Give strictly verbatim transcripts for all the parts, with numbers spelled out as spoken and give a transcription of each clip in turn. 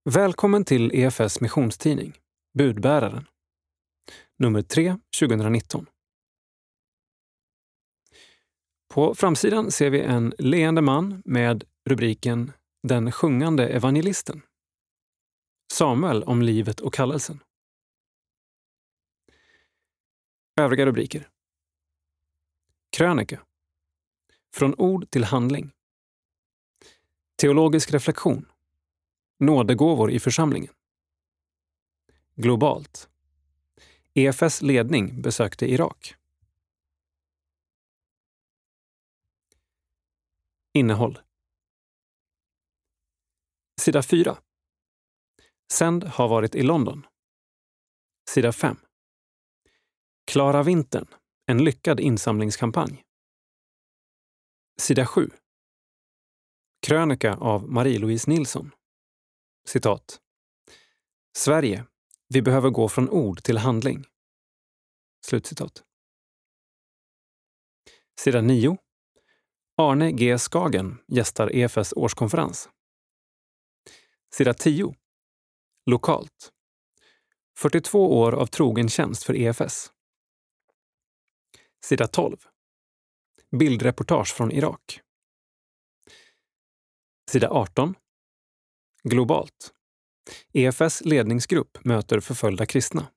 Välkommen till E F S missionstidning, Budbäraren. Nummer tre, tjugonitton. På framsidan ser vi en leende man med rubriken Den sjungande evangelisten. Samuel om livet och kallelsen. Övriga rubriker. Krönika. Från ord till handling. Teologisk reflektion. Nådegåvor i församlingen. Globalt. E F S ledning besökte Irak. Innehåll. Sida fyra. Sänd har varit i London. Sida fem. Klara vintern, en lyckad insamlingskampanj. Sida sju. Krönika av Marie-Louise Nilsson. Citat. Sverige, vi behöver gå från ord till handling. Slutcitat. Sida nio. Arne G. Skagen gästar E F S årskonferens. Sida tio. Lokalt. fyrtiotvå år av trogen tjänst för E F S. Sida tolv. Bildreportage från Irak. Sida arton. Globalt. E F S ledningsgrupp möter förföljda kristna.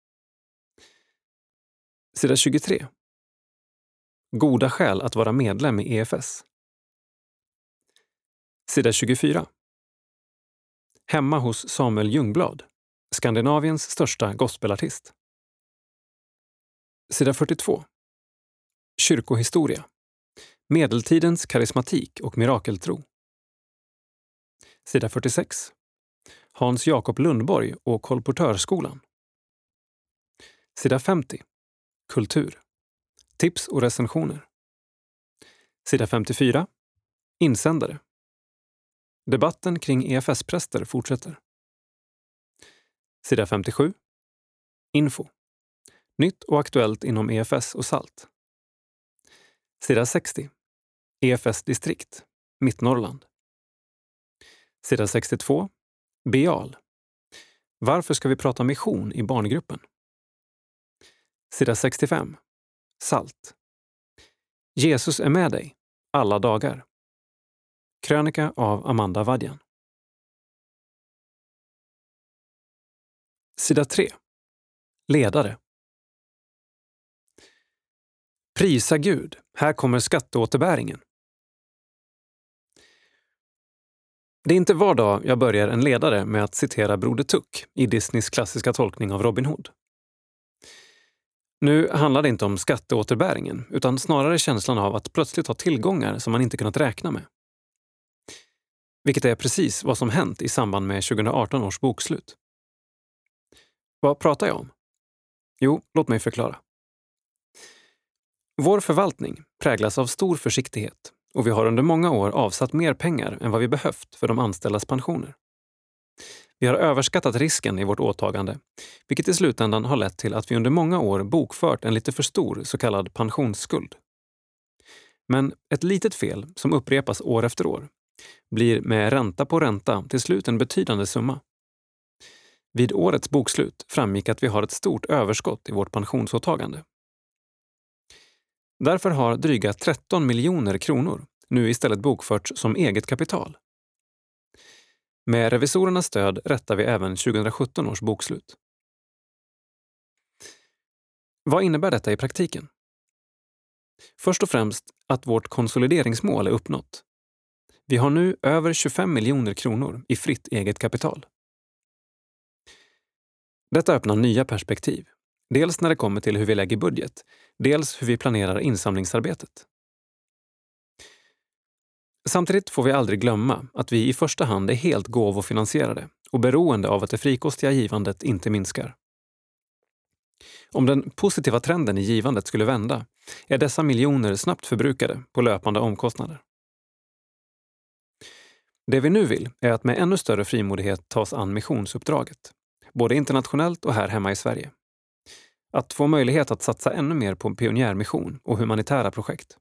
Sida tjugotre. Goda skäl att vara medlem i E F S. Sida tjugofyra. Hemma hos Samuel Ljungblad, Skandinaviens största gospelartist. Sida fyrtiotvå. Kyrkohistoria. Medeltidens karismatik och mirakeltro. Sida fyrtiosex. Hans Jakob Lundborg och Kolportörskolan. Sida femtio. Kultur. Tips och recensioner. Sida femtiofyra. Insändare. Debatten kring E F S-präster fortsätter. Sida femtiosju. Info. Nytt och aktuellt inom E F S och SALT. Sida sextio. E F S-distrikt. Mittnorrland. Sida sextiotvå. Beal. Varför ska vi prata mission i barngruppen? Sida sextiofem. SALT. Jesus är med dig. Alla dagar. Krönika av Amanda Vadjan. Sida tre. Ledare. Prisa Gud, här kommer skatteåterbäringen. Det är inte var dag jag börjar en ledare med att citera Broder Tuck i Disneys klassiska tolkning av Robin Hood. Nu handlar det inte om skatteåterbäringen, utan snarare känslan av att plötsligt ha tillgångar som man inte kunnat räkna med. Vilket är precis vad som hänt i samband med tjugoarton års bokslut. Vad pratar jag om? Jo, låt mig förklara. Vår förvaltning präglas av stor försiktighet och vi har under många år avsatt mer pengar än vad vi behövt för de anställdas pensioner. Vi har överskattat risken i vårt åtagande, vilket i slutändan har lett till att vi under många år bokfört en lite för stor så kallad pensionsskuld. Men ett litet fel som upprepas år efter år blir med ränta på ränta till slut en betydande summa. Vid årets bokslut framgick att vi har ett stort överskott i vårt pensionsåtagande. Därför har dryga tretton miljoner kronor nu istället bokförts som eget kapital. Med revisorernas stöd rättar vi även tjugosjutton års bokslut. Vad innebär detta i praktiken? Först och främst att vårt konsolideringsmål är uppnått. Vi har nu över tjugofem miljoner kronor i fritt eget kapital. Detta öppnar nya perspektiv. Dels när det kommer till hur vi lägger budget, dels hur vi planerar insamlingsarbetet. Samtidigt får vi aldrig glömma att vi i första hand är helt gåvofinansierade och beroende av att det frikostiga givandet inte minskar. Om den positiva trenden i givandet skulle vända är dessa miljoner snabbt förbrukade på löpande omkostnader. Det vi nu vill är att med ännu större frimodighet tas an missionsuppdraget, både internationellt och här hemma i Sverige. Att få möjlighet att satsa ännu mer på pionjärmission och humanitära projekt.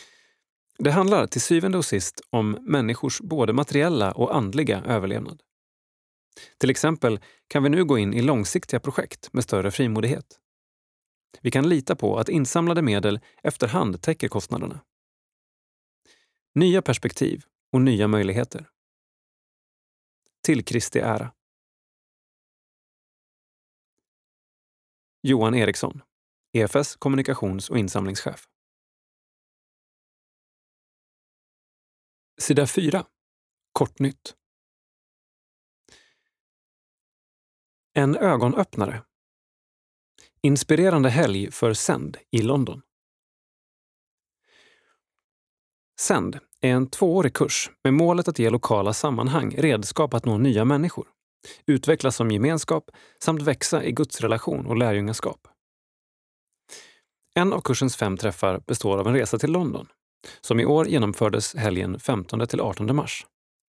Det handlar till syvende och sist om människors både materiella och andliga överlevnad. Till exempel kan vi nu gå in i långsiktiga projekt med större frimodighet. Vi kan lita på att insamlade medel efterhand täcker kostnaderna. Nya perspektiv och nya möjligheter. Till Kristi ära. Johan Eriksson, E F S kommunikations- och insamlingschef. Sida fyra. Kortnytt. En ögonöppnare. Inspirerande helg för Sänd i London. Sänd är en tvåårig kurs med målet att ge lokala sammanhang redskap att nå nya människor, utvecklas som gemenskap samt växa i gudsrelation och lärjungaskap. En av kursens fem träffar består av en resa till London, som i år genomfördes helgen femtonde till artonde mars.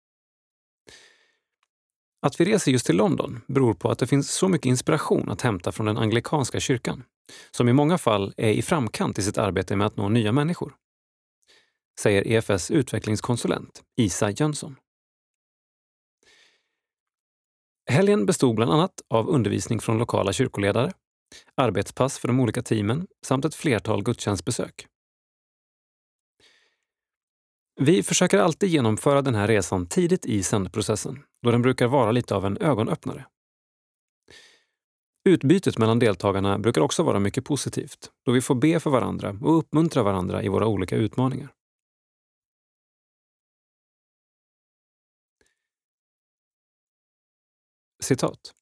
Att vi reser just till London beror på att det finns så mycket inspiration att hämta från den anglikanska kyrkan, som i många fall är i framkant i sitt arbete med att nå nya människor, säger E F S utvecklingskonsulent Isa Jönsson. Helgen bestod bland annat av undervisning från lokala kyrkoledare, arbetspass för de olika teamen samt ett flertal gudstjänstbesök. Vi försöker alltid genomföra den här resan tidigt i sändprocessen, då den brukar vara lite av en ögonöppnare. Utbytet mellan deltagarna brukar också vara mycket positivt, då vi får be för varandra och uppmuntra varandra i våra olika utmaningar. Citat.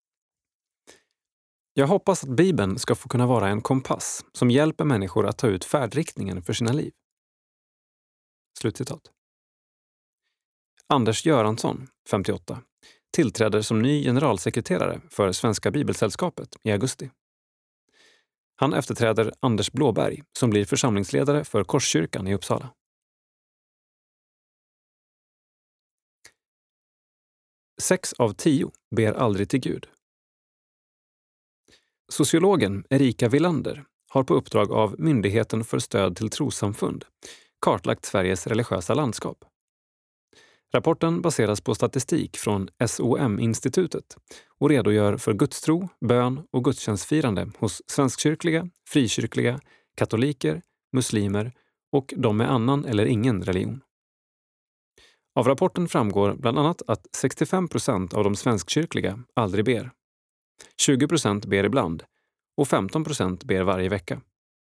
Jag hoppas att Bibeln ska få kunna vara en kompass som hjälper människor att ta ut färdriktningen för sina liv. Slutcitat. Anders Göransson, femtioåtta, tillträder som ny generalsekreterare för Svenska Bibelsällskapet i augusti. Han efterträder Anders Blåberg som blir församlingsledare för Korskyrkan i Uppsala. Sex av tio ber aldrig till Gud. Sociologen Erika Villander har på uppdrag av Myndigheten för stöd till trossamfund kartlagt Sveriges religiösa landskap. Rapporten baseras på statistik från S O M-institutet och redogör för gudstro, bön och gudstjänstfirande hos svenskkyrkliga, frikyrkliga, katoliker, muslimer och de med annan eller ingen religion. Av rapporten framgår bland annat att sextiofem procent av de svenskkyrkliga aldrig ber. tjugo procent ber ibland och femton procent ber varje vecka.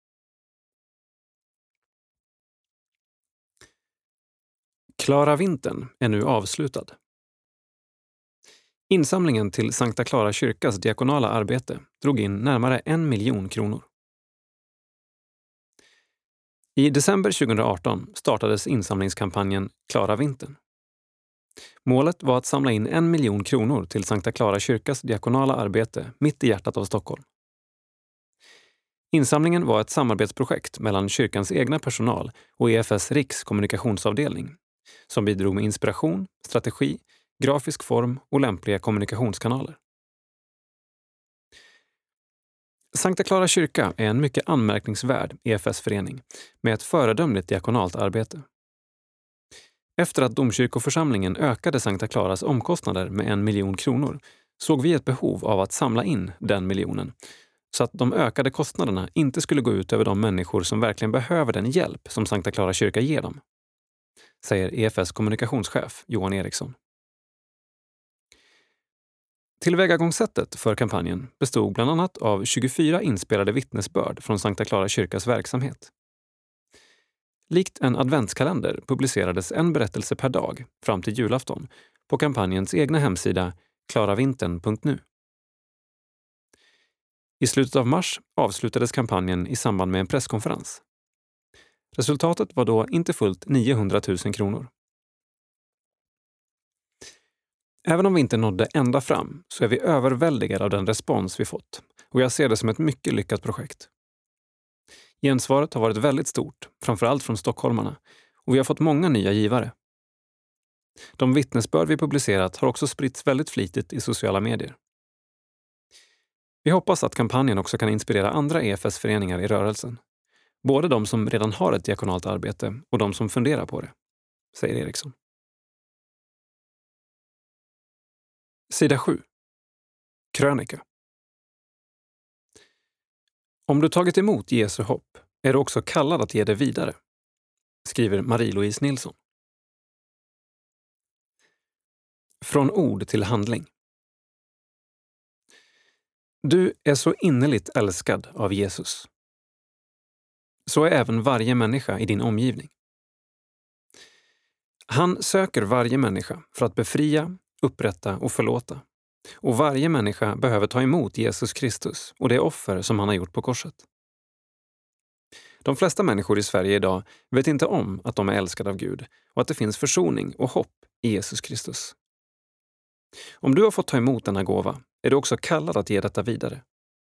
Klara vintern är nu avslutad. Insamlingen till Sankta Clara kyrkas diakonala arbete drog in närmare en miljon kronor. I december tjugoarton startades insamlingskampanjen Klara vintern. Målet var att samla in en miljon kronor till Sankta Clara kyrkas diakonala arbete mitt i hjärtat av Stockholm. Insamlingen var ett samarbetsprojekt mellan kyrkans egna personal och E F S Riks kommunikationsavdelning, som bidrog med inspiration, strategi, grafisk form och lämpliga kommunikationskanaler. Sankta Clara kyrka är en mycket anmärkningsvärd E F S-förening med ett föredömligt diakonalt arbete. Efter att domkyrkoförsamlingen ökade Sankta Claras omkostnader med en miljon kronor såg vi ett behov av att samla in den miljonen så att de ökade kostnaderna inte skulle gå ut över de människor som verkligen behöver den hjälp som Sankta Clara kyrka ger dem, säger E F S kommunikationschef Johan Eriksson. Tillvägagångssättet för kampanjen bestod bland annat av tjugofyra inspelade vittnesbörd från Sankta Clara kyrkas verksamhet. Likt en adventskalender publicerades en berättelse per dag fram till julafton på kampanjens egna hemsida klaravintern punkt nu. I slutet av mars avslutades kampanjen i samband med en presskonferens. Resultatet var då inte fullt niohundratusen kronor. Även om vi inte nådde ända fram så är vi överväldigade av den respons vi fått och jag ser det som ett mycket lyckat projekt. Gensvaret har varit väldigt stort, framförallt från stockholmarna, och vi har fått många nya givare. De vittnesbörd vi publicerat har också spritts väldigt flitigt i sociala medier. Vi hoppas att kampanjen också kan inspirera andra E F S-föreningar i rörelsen. Både de som redan har ett diakonalt arbete och de som funderar på det, säger Eriksson. Sida sju. Krönika. Om du tagit emot Jesu hopp är du också kallad att ge det vidare, skriver Marie-Louise Nilsson. Från ord till handling. Du är så innerligt älskad av Jesus. Så är även varje människa i din omgivning. Han söker varje människa för att befria, upprätta och förlåta. Och varje människa behöver ta emot Jesus Kristus och det offer som han har gjort på korset. De flesta människor i Sverige idag vet inte om att de är älskade av Gud och att det finns försoning och hopp i Jesus Kristus. Om du har fått ta emot denna gåva är du också kallad att ge detta vidare.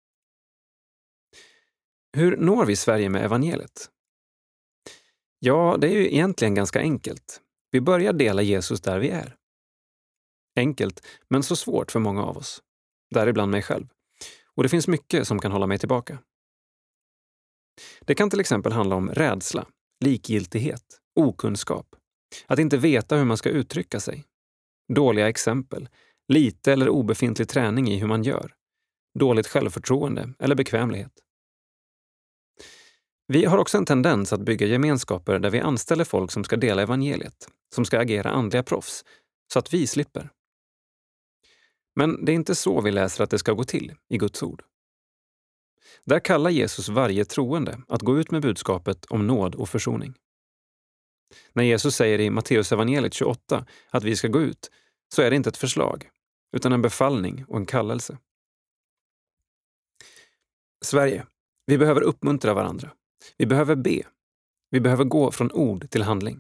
Hur når vi Sverige med evangeliet? Ja, det är ju egentligen ganska enkelt. Vi börjar dela Jesus där vi är. Enkelt, men så svårt för många av oss. Däribland mig själv. Och det finns mycket som kan hålla mig tillbaka. Det kan till exempel handla om rädsla, likgiltighet, okunskap. Att inte veta hur man ska uttrycka sig. Dåliga exempel, lite eller obefintlig träning i hur man gör. Dåligt självförtroende eller bekvämlighet. Vi har också en tendens att bygga gemenskaper där vi anställer folk som ska dela evangeliet, som ska agera andliga proffs, så att vi slipper. Men det är inte så vi läser att det ska gå till i Guds ord. Där kallar Jesus varje troende att gå ut med budskapet om nåd och försoning. När Jesus säger i Matteus evangeliet tjugoåtta att vi ska gå ut, så är det inte ett förslag, utan en befallning och en kallelse. Sverige, vi behöver uppmuntra varandra. Vi behöver be. Vi behöver gå från ord till handling.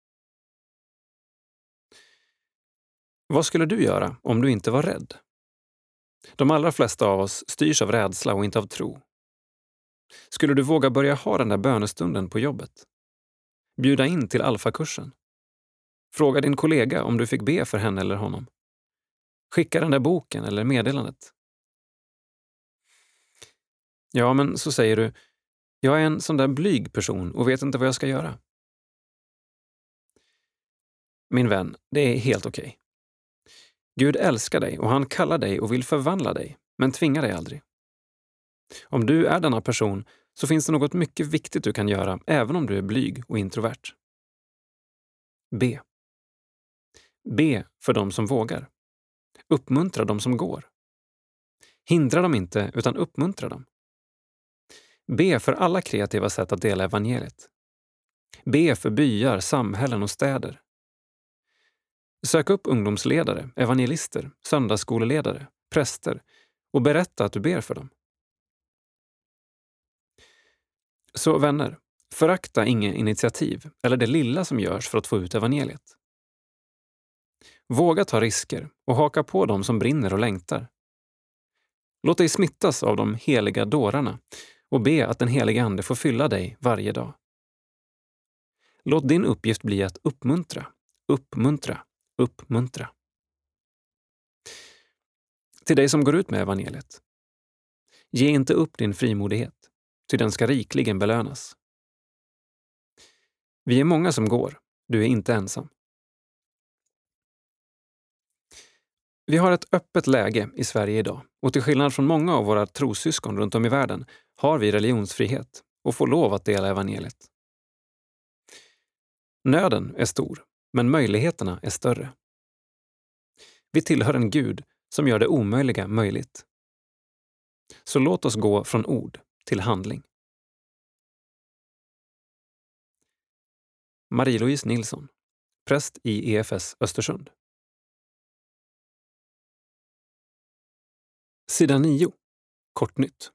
Vad skulle du göra om du inte var rädd? De allra flesta av oss styrs av rädsla och inte av tro. Skulle du våga börja ha den där bönestunden på jobbet? Bjuda in till alfakursen? Fråga din kollega om du fick be för henne eller honom? Skicka den där boken eller meddelandet? Ja, men så säger du, jag är en sån där blyg person och vet inte vad jag ska göra. Min vän, det är helt okej. Gud älskar dig och han kallar dig och vill förvandla dig, men tvingar dig aldrig. Om du är denna person så finns det något mycket viktigt du kan göra även om du är blyg och introvert. Be. Be för dem som vågar. Uppmuntra dem som går. Hindra dem inte utan uppmuntra dem. Be för alla kreativa sätt att dela evangeliet. Be för byar, samhällen och städer. Sök upp ungdomsledare, evangelister, söndagsskoleledare, präster och berätta att du ber för dem. Så vänner, förakta inga initiativ eller det lilla som görs för att få ut evangeliet. Våga ta risker och haka på dem som brinner och längtar. Låt dig smittas av de heliga dårarna och be att den heliga ande får fylla dig varje dag. Låt din uppgift bli att uppmuntra, uppmuntra, uppmuntra. Till dig som går ut med evangeliet. Ge inte upp din frimodighet, ty den ska rikligen belönas. Vi är många som går, du är inte ensam. Vi har ett öppet läge i Sverige idag och till skillnad från många av våra trossyskon runt om i världen har vi religionsfrihet och får lov att dela evangeliet. Nöden är stor, men möjligheterna är större. Vi tillhör en Gud som gör det omöjliga möjligt. Så låt oss gå från ord till handling. Marie-Louise Nilsson, präst i E F S Östersund. Sida nio. Kortnytt.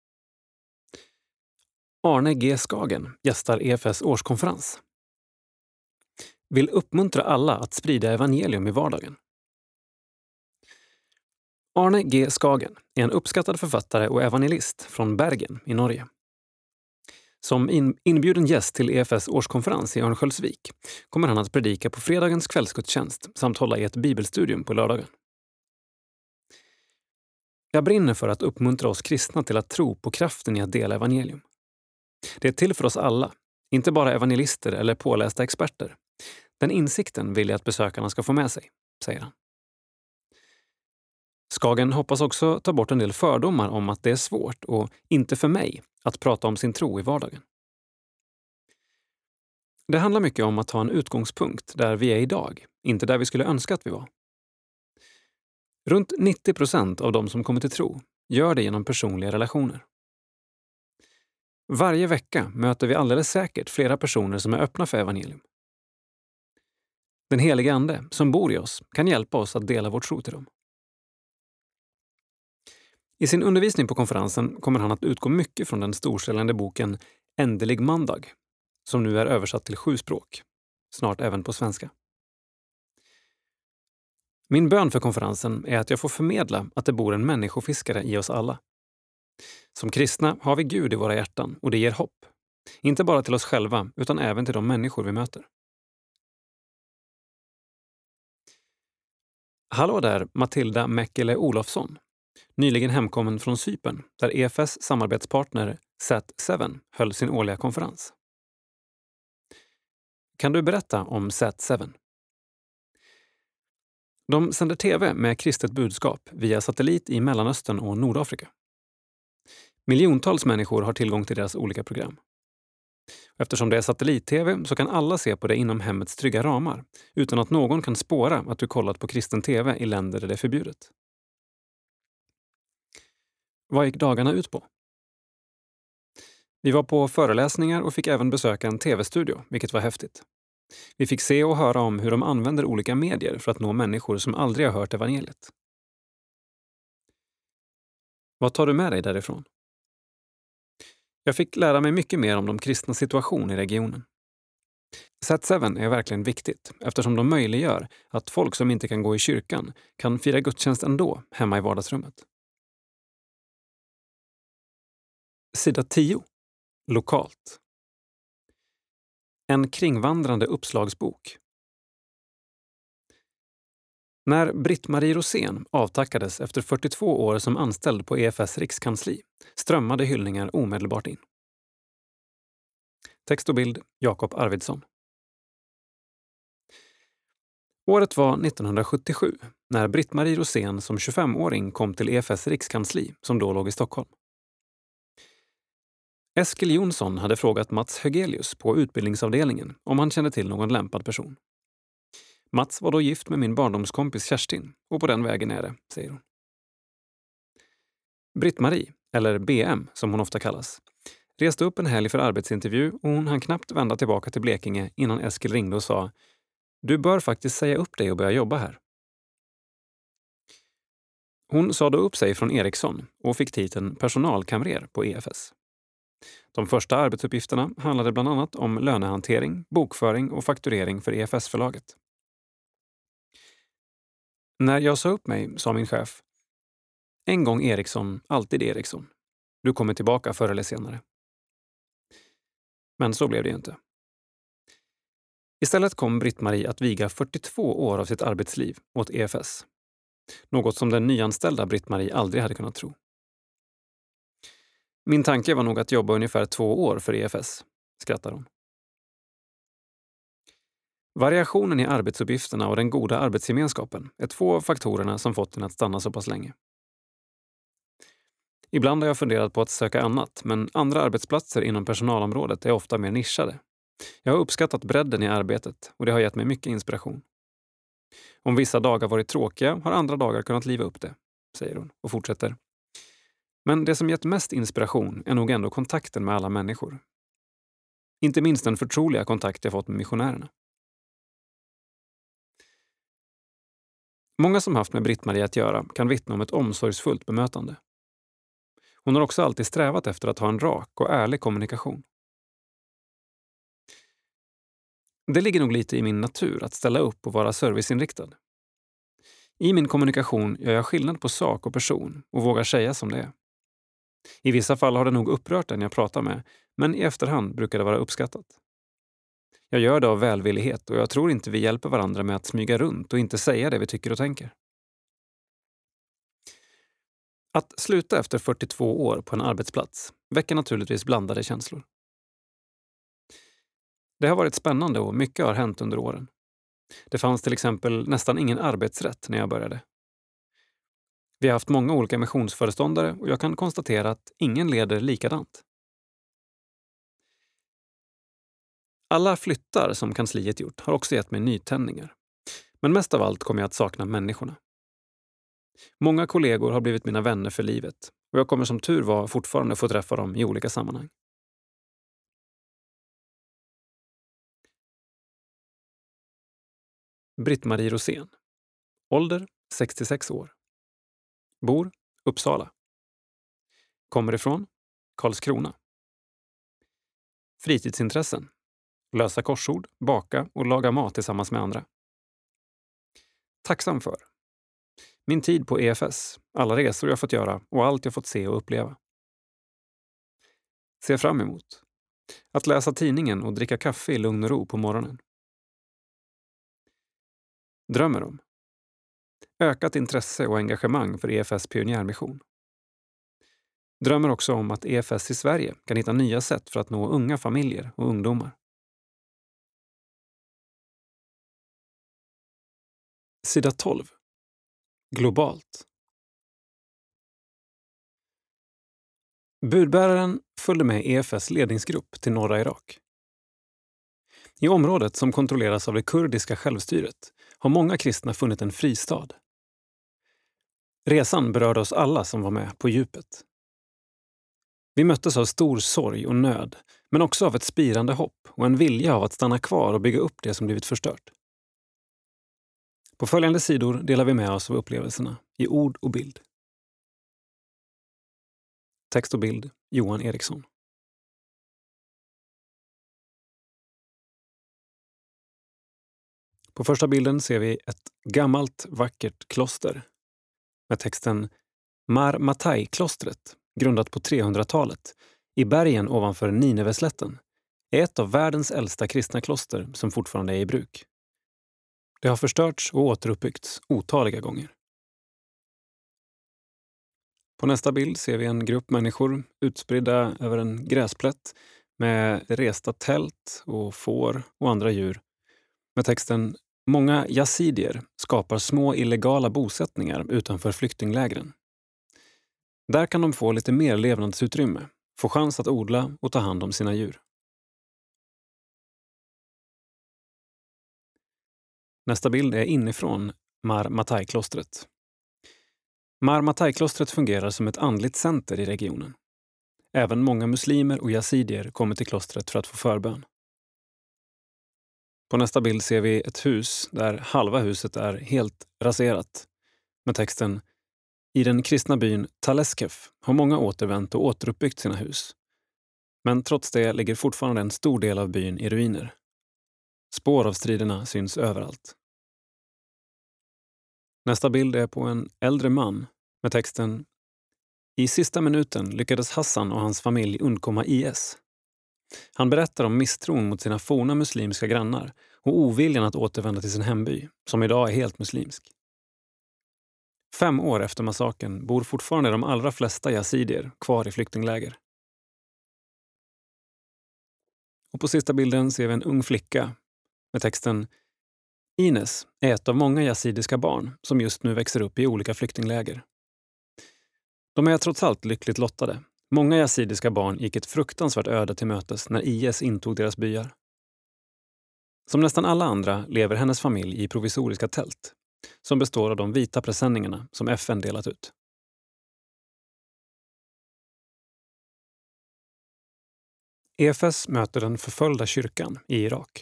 Arne G. Skagen gästar E F S årskonferens. Vill uppmuntra alla att sprida evangelium i vardagen. Arne G. Skagen är en uppskattad författare och evangelist från Bergen i Norge. Som in- inbjuden gäst till E F S årskonferens i Örnsköldsvik kommer han att predika på fredagens kvällsgudstjänst samt hålla i ett bibelstudium på lördagen. Jag brinner för att uppmuntra oss kristna till att tro på kraften i att dela evangelium. Det är till för oss alla, inte bara evangelister eller pålästa experter. Den insikten vill jag att besökarna ska få med sig, säger han. Skagen hoppas också ta bort en del fördomar om att det är svårt och inte för mig att prata om sin tro i vardagen. Det handlar mycket om att ha en utgångspunkt där vi är idag, inte där vi skulle önska att vi var. Runt nittio procent av de som kommer till tro gör det genom personliga relationer. Varje vecka möter vi alldeles säkert flera personer som är öppna för evangelium. Den helige Ande som bor i oss kan hjälpa oss att dela vår tro till dem. I sin undervisning på konferensen kommer han att utgå mycket från den storsäljande boken Ändelig mandag, som nu är översatt till sju språk, snart även på svenska. Min bön för konferensen är att jag får förmedla att det bor en människofiskare i oss alla. Som kristna har vi Gud i våra hjärtan och det ger hopp. Inte bara till oss själva utan även till de människor vi möter. Hallå där, Matilda Mäkelä Olofsson. Nyligen hemkommen från Cypern där E F S samarbetspartner S A T sju höll sin årliga konferens. Kan du berätta om S A T sju? De sänder tv med kristet budskap via satellit i Mellanöstern och Nordafrika. Miljontals människor har tillgång till deras olika program. Eftersom det är satellit-tv så kan alla se på det inom hemmets trygga ramar utan att någon kan spåra att du kollat på kristen tv i länder där det är förbjudet. Vad gick dagarna ut på? Vi var på föreläsningar och fick även besöka en tv-studio, vilket var häftigt. Vi fick se och höra om hur de använder olika medier för att nå människor som aldrig har hört evangeliet. Vad tar du med dig därifrån? Jag fick lära mig mycket mer om de kristna situation i regionen. S A T sju är verkligen viktigt eftersom de möjliggör att folk som inte kan gå i kyrkan kan fira gudstjänst ändå hemma i vardagsrummet. Sida tio. Lokalt. En kringvandrande uppslagsbok. När Britt-Marie Rosén avtackades efter fyrtiotvå år som anställd på E F S rikskansli strömmade hyllningar omedelbart in. Text och bild Jakob Arvidsson. Året var nittonhundrasjuttiosju när Britt-Marie Rosén som tjugofemåring kom till E F S rikskansli som då låg i Stockholm. Eskil Jonsson hade frågat Mats Högelius på utbildningsavdelningen om han kände till någon lämpad person. Mats var då gift med min barndomskompis Kerstin och på den vägen är det, säger hon. Britt-Marie, eller B M som hon ofta kallas, reste upp en helg för arbetsintervju och hon hann knappt vända tillbaka till Blekinge innan Eskil ringde och sa: "Du bör faktiskt säga upp dig och börja jobba här." Hon sa då upp sig från Ericsson och fick titeln personalkamrer på E F S. De första arbetsuppgifterna handlade bland annat om lönehantering, bokföring och fakturering för E F S-förlaget. När jag sa upp mig sa min chef: "En gång Ericsson, alltid Ericsson. Du kommer tillbaka förr eller senare." Men så blev det ju inte. Istället kom Britt-Marie att viga fyrtiotvå år av sitt arbetsliv åt E F S. Något som den nyanställda Britt-Marie aldrig hade kunnat tro. Min tanke var nog att jobba ungefär två år för E F S, skrattar hon. Variationen i arbetsuppgifterna och den goda arbetsgemenskapen är två av faktorerna som fått henne att stanna så pass länge. Ibland har jag funderat på att söka annat, men andra arbetsplatser inom personalområdet är ofta mer nischade. Jag har uppskattat bredden i arbetet och det har gett mig mycket inspiration. Om vissa dagar varit tråkiga har andra dagar kunnat liva upp det, säger hon och fortsätter. Men det som gett mest inspiration är nog ändå kontakten med alla människor. Inte minst den förtroliga kontakt jag fått med missionärerna. Många som haft med Britt-Marie att göra kan vittna om ett omsorgsfullt bemötande. Hon har också alltid strävat efter att ha en rak och ärlig kommunikation. Det ligger nog lite i min natur att ställa upp och vara serviceinriktad. I min kommunikation gör jag skillnad på sak och person och vågar säga som det är. I vissa fall har det nog upprört den jag pratar med, men i efterhand brukar det vara uppskattat. Jag gör det av välvillighet och jag tror inte vi hjälper varandra med att smyga runt och inte säga det vi tycker och tänker. Att sluta efter fyrtiotvå år på en arbetsplats väcker naturligtvis blandade känslor. Det har varit spännande och mycket har hänt under åren. Det fanns till exempel nästan ingen arbetsrätt när jag började. Vi har haft många olika missionsföreståndare och jag kan konstatera att ingen leder likadant. Alla flyttar som kansliet gjort har också gett mig nytändningar. Men mest av allt kommer jag att sakna människorna. Många kollegor har blivit mina vänner för livet och jag kommer som tur var fortfarande få träffa dem i olika sammanhang. Britt-Marie Rosén. Ålder sextiosex år. Bor Uppsala. Kommer ifrån Karlskrona. Fritidsintressen. Lösa korsord, baka och laga mat tillsammans med andra. Tacksam för. Min tid på E F S, alla resor jag fått göra och allt jag fått se och uppleva. Ser fram emot. Att läsa tidningen och dricka kaffe i lugn och ro på morgonen. Drömmer om. Ökat intresse och engagemang för E F S pionjärmission. Drömmer också om att E F S i Sverige kan hitta nya sätt för att nå unga familjer och ungdomar. Sida tolv. Globalt. Budbäraren följde med E F S ledningsgrupp till norra Irak. I området som kontrolleras av det kurdiska självstyret har många kristna funnit en fristad. Resan berörde oss alla som var med på djupet. Vi möttes av stor sorg och nöd, men också av ett spirande hopp och en vilja av att stanna kvar och bygga upp det som blivit förstört. På följande sidor delar vi med oss av upplevelserna i ord och bild. Text och bild Johan Eriksson. På första bilden ser vi ett gammalt vackert kloster med texten Mar Matai-klostret, grundat på trehundratalet, i bergen ovanför Nineveslätten, är ett av världens äldsta kristna kloster som fortfarande är i bruk. Det har förstörts och återuppbyggts otaliga gånger. På nästa bild ser vi en grupp människor utspridda över en gräsplätt med resta tält och får och andra djur. Med texten Många yazidier skapar små illegala bosättningar utanför flyktinglägren. Där kan de få lite mer levnadsutrymme, få chans att odla och ta hand om sina djur. Nästa bild är inifrån Mar Matai-klostret. Mar Matai-klostret fungerar som ett andligt center i regionen. Även många muslimer och yazidier kommer till klostret för att få förbön. På nästa bild ser vi ett hus där halva huset är helt raserat. Med texten I den kristna byn Taleskef har många återvänt och återuppbyggt sina hus. Men trots det ligger fortfarande en stor del av byn i ruiner. Spår av striderna syns överallt. Nästa bild är på en äldre man med texten I sista minuten lyckades Hassan och hans familj undkomma I S. Han berättar om misstron mot sina forna muslimska grannar och oviljan att återvända till sin hemby, som idag är helt muslimsk. Fem år efter massakern bor fortfarande de allra flesta yazidier kvar i flyktingläger. Och på sista bilden ser vi en ung flicka med texten Ines är ett av många yazidiska barn som just nu växer upp i olika flyktingläger. De är trots allt lyckligt lottade. Många yazidiska barn gick ett fruktansvärt öde till mötes när I S intog deras byar. Som nästan alla andra lever hennes familj i provisoriska tält som består av de vita presenningarna som F N delat ut. E F S möter den förföljda kyrkan i Irak.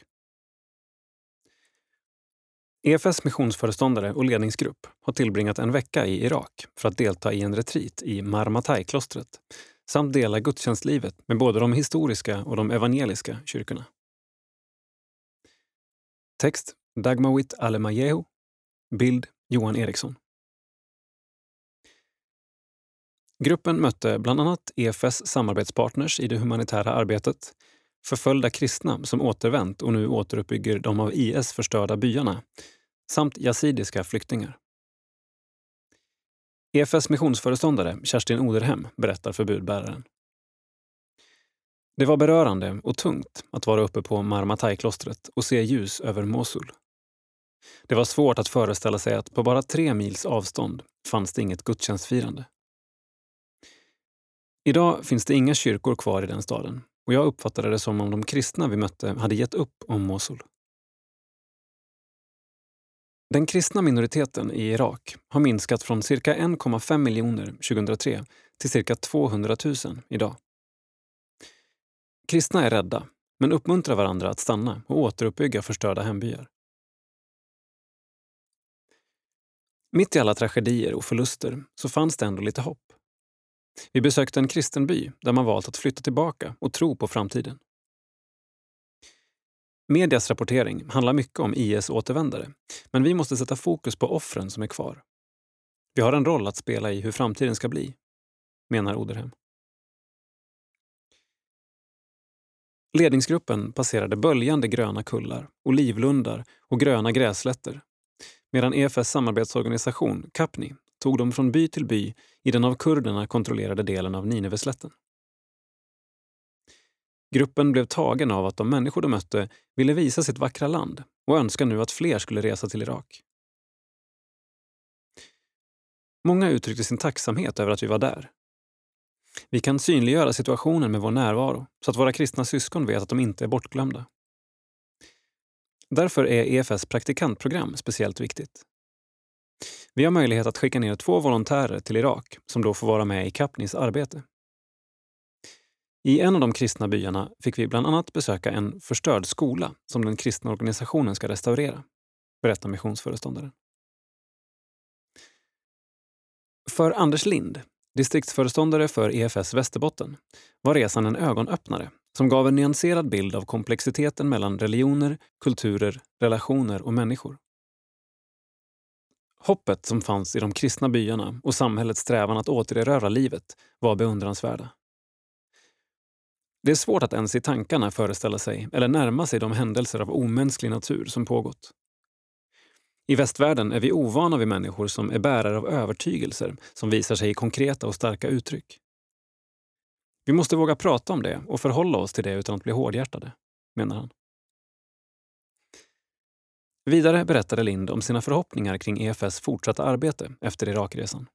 E F S missionsföreståndare och ledningsgrupp har tillbringat en vecka i Irak för att delta i en retreat i Mar Matai-klostret samt dela gudstjänstlivet med både de historiska och de evangeliska kyrkorna. Text Dagmawit Alemayehu. Bild Johan Eriksson. Gruppen mötte bland annat E F S samarbetspartners i det humanitära arbetet, förföljda kristna som återvänt och nu återuppbygger de av I S förstörda byarna, samt yazidiska flyktingar. E F S missionsföreståndare Kerstin Oderhem berättar för budbäraren. Det var berörande och tungt att vara uppe på Mar Matai-klostret och se ljus över Mosul. Det var svårt att föreställa sig att på bara tre mils avstånd fanns det inget gudstjänstfirande. Idag finns det inga kyrkor kvar i den staden och jag uppfattade det som om de kristna vi mötte hade gett upp om Mosul. Den kristna minoriteten i Irak har minskat från cirka en komma fem miljoner tjugohundratre till cirka tvåhundratusen idag. Kristna är rädda, men uppmuntrar varandra att stanna och återuppbygga förstörda hembyar. Mitt i alla tragedier och förluster så fanns det ändå lite hopp. Vi besökte en kristen by där man valt att flytta tillbaka och tro på framtiden. Medias rapportering handlar mycket om I S-återvändare, men vi måste sätta fokus på offren som är kvar. Vi har en roll att spela i hur framtiden ska bli, menar Oderhem. Ledningsgruppen passerade böljande gröna kullar, olivlundar och gröna gräslätter, medan E F S samarbetsorganisation Kapni tog dem från by till by i den av kurderna kontrollerade delen av Nineveslätten. Gruppen blev tagen av att de människor de mötte ville visa sitt vackra land och önskar nu att fler skulle resa till Irak. Många uttryckte sin tacksamhet över att vi var där. Vi kan synliggöra situationen med vår närvaro så att våra kristna syskon vet att de inte är bortglömda. Därför är E F S praktikantprogram speciellt viktigt. Vi har möjlighet att skicka ner två volontärer till Irak som då får vara med i Kapnis arbete. I en av de kristna byarna fick vi bland annat besöka en förstörd skola som den kristna organisationen ska restaurera, berättar missionsföreståndaren. För Anders Lind, distriktsföreståndare för E F S Västerbotten, var resan en ögonöppnare som gav en nyanserad bild av komplexiteten mellan religioner, kulturer, relationer och människor. Hoppet som fanns i de kristna byarna och samhällets strävan att återerövra livet var beundransvärda. Det är svårt att ens i tankarna föreställa sig eller närma sig de händelser av omänsklig natur som pågått. I västvärlden är vi ovana vid människor som är bärare av övertygelser som visar sig i konkreta och starka uttryck. Vi måste våga prata om det och förhålla oss till det utan att bli hårdhjärtade, menar han. Vidare berättade Lind om sina förhoppningar kring E F S fortsatta arbete efter Irakresan.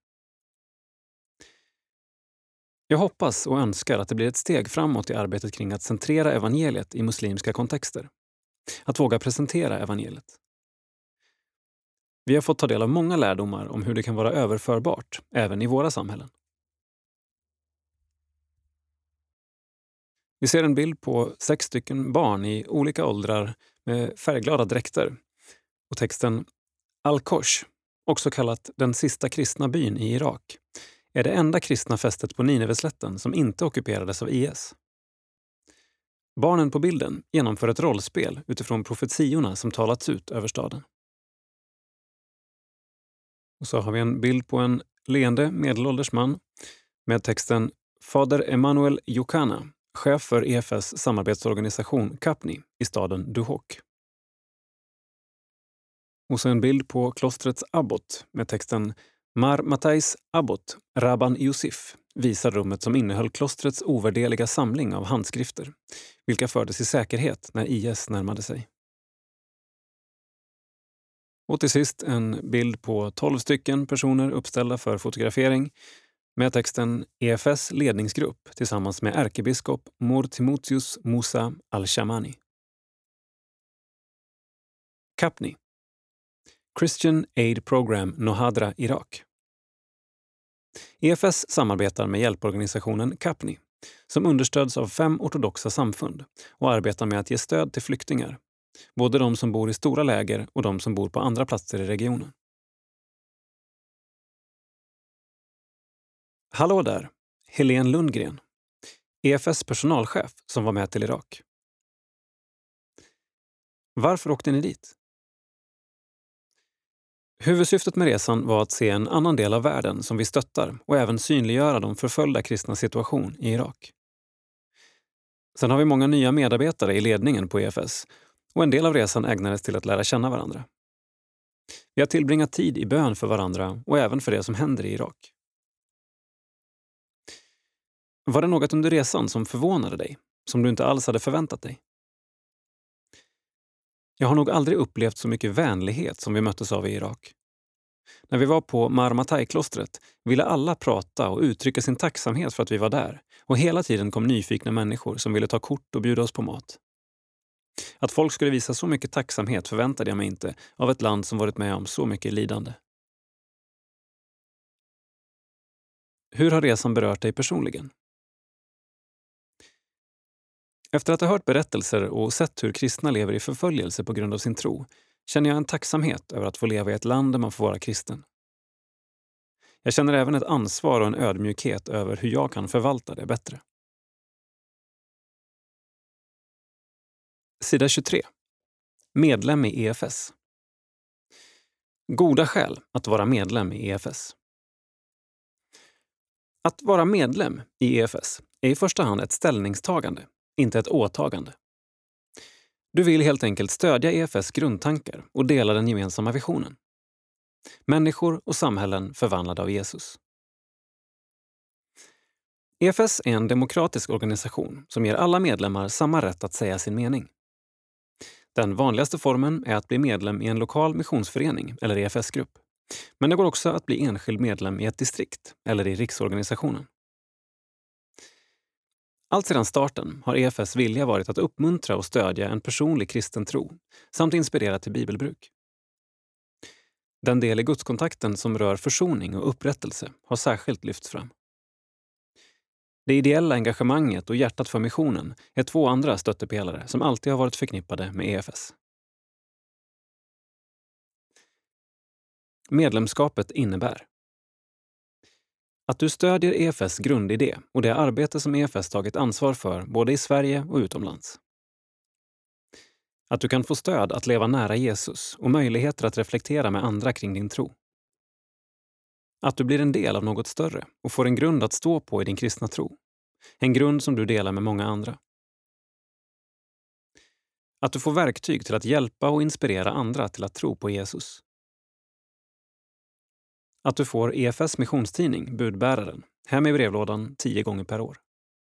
Jag hoppas och önskar att det blir ett steg framåt i arbetet kring att centrera evangeliet i muslimska kontexter. Att våga presentera evangeliet. Vi har fått ta del av många lärdomar om hur det kan vara överförbart även i våra samhällen. Vi ser en bild på sex stycken barn i olika åldrar med färgglada dräkter och texten Al-Kosh, också kallat den sista kristna byn i Irak, är det enda kristna fästet på Nineveslätten som inte ockuperades av I S. Barnen på bilden genomför ett rollspel utifrån profetiorna som talats ut över staden. Och så har vi en bild på en leende medelålders man med texten Fader Emanuel Yukana, chef för E F S samarbetsorganisation Kapni i staden Duhok. Och så en bild på klostrets abbot med texten Mar Matais abbot Rabban Yusuf visar rummet som innehöll klostrets ovärderliga samling av handskrifter, vilka fördes i säkerhet när I S närmade sig. Och till sist en bild på tolv stycken personer uppställda för fotografering med texten E F S ledningsgrupp tillsammans med ärkebiskop Mor Timotheus Musa al-Shamani. Kapni. Christian Aid Program Nohadra Irak. E F S samarbetar med hjälporganisationen Kapni som understöds av fem ortodoxa samfund och arbetar med att ge stöd till flyktingar, både de som bor i stora läger och de som bor på andra platser i regionen. Hallå där, Helene Lundgren, E F S personalchef som var med till Irak. Varför åkte ni dit? Huvudsyftet med resan var att se en annan del av världen som vi stöttar och även synliggöra de förföljda kristna situation i Irak. Sen har vi många nya medarbetare i ledningen på E F S och en del av resan ägnades till att lära känna varandra. Vi har tillbringat tid i bön för varandra och även för det som händer i Irak. Var det något under resan som förvånade dig, som du inte alls hade förväntat dig? Jag har nog aldrig upplevt så mycket vänlighet som vi möttes av i Irak. När vi var på Marmatai-klostret ville alla prata och uttrycka sin tacksamhet för att vi var där, och hela tiden kom nyfikna människor som ville ta kort och bjuda oss på mat. Att folk skulle visa så mycket tacksamhet förväntade jag mig inte av ett land som varit med om så mycket lidande. Hur har resan berört dig personligen? Efter att ha hört berättelser och sett hur kristna lever i förföljelse på grund av sin tro känner jag en tacksamhet över att få leva i ett land där man får vara kristen. Jag känner även ett ansvar och en ödmjukhet över hur jag kan förvalta det bättre. Sida tjugotre. Medlem i E F S. Goda skäl att vara medlem i E F S. Att vara medlem i E F S är i första hand ett ställningstagande, inte ett åtagande. Du vill helt enkelt stödja E F S grundtankar och dela den gemensamma visionen. Människor och samhällen förvandlade av Jesus. E F S är en demokratisk organisation som ger alla medlemmar samma rätt att säga sin mening. Den vanligaste formen är att bli medlem i en lokal missionsförening eller E F S-grupp. Men det går också att bli enskild medlem i ett distrikt eller i riksorganisationen. Allt sedan starten har E F S vilja varit att uppmuntra och stödja en personlig kristen tro samt inspirera till bibelbruk. Den del i gudskontakten som rör försoning och upprättelse har särskilt lyfts fram. Det ideella engagemanget och hjärtat för missionen är två andra stöttepelare som alltid har varit förknippade med E F S. Medlemskapet innebär att du stödjer E F S grundidé och det arbete som E F S tagit ansvar för både i Sverige och utomlands. Att du kan få stöd att leva nära Jesus och möjligheter att reflektera med andra kring din tro. Att du blir en del av något större och får en grund att stå på i din kristna tro. En grund som du delar med många andra. Att du får verktyg till att hjälpa och inspirera andra till att tro på Jesus. Att du får E F S missionstidning, Budbäraren, hem i brevlådan tio gånger per år.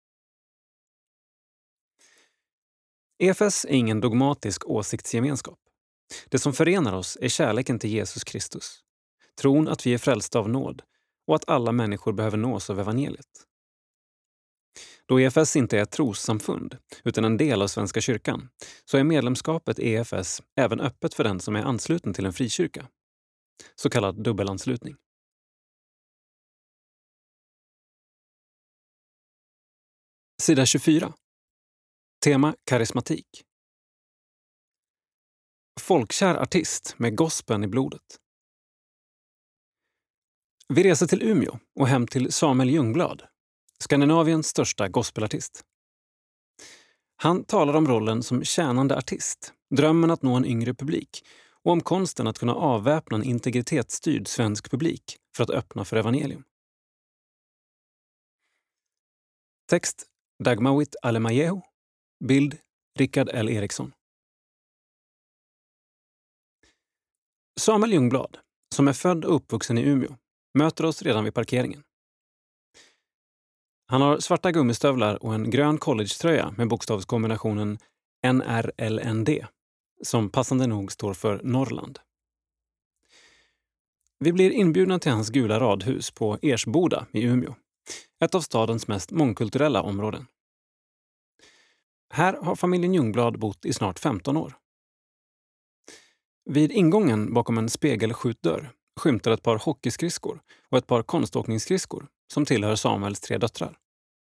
E F S är ingen dogmatisk åsiktsgemenskap. Det som förenar oss är kärleken till Jesus Kristus. Tron att vi är frälsta av nåd och att alla människor behöver nås av evangeliet. Då E F S inte är ett trossamfund utan en del av Svenska kyrkan så är medlemskapet i E F S även öppet för den som är ansluten till en frikyrka. Så kallad dubbelanslutning. Sida tjugofyra. Tema karismatik. Folkkär artist med gospeln i blodet. Vi reser till Umeå och hem till Samuel Ljungblad, Skandinaviens största gospelartist. Han talar om rollen som tjänande artist, drömmen att nå en yngre publik och om konsten att kunna avväpna en integritetsstyrd svensk publik för att öppna för evangelium. Text Dagmawit Alemayehu. Bild Rickard L. Eriksson. Samuel Ljungblad, som är född och uppvuxen i Umeå, möter oss redan vid parkeringen. Han har svarta gummistövlar och en grön collegetröja med bokstavskombinationen N R L N D, som passande nog står för Norrland. Vi blir inbjudna till hans gula radhus på Ersboda i Umeå, ett av stadens mest mångkulturella områden. Här har familjen Ljungblad bott i snart femton år. Vid ingången bakom en spegelskjutdörr skymtar ett par hockeyskridskor och ett par konståkningsskridskor som tillhör Samuels tre döttrar.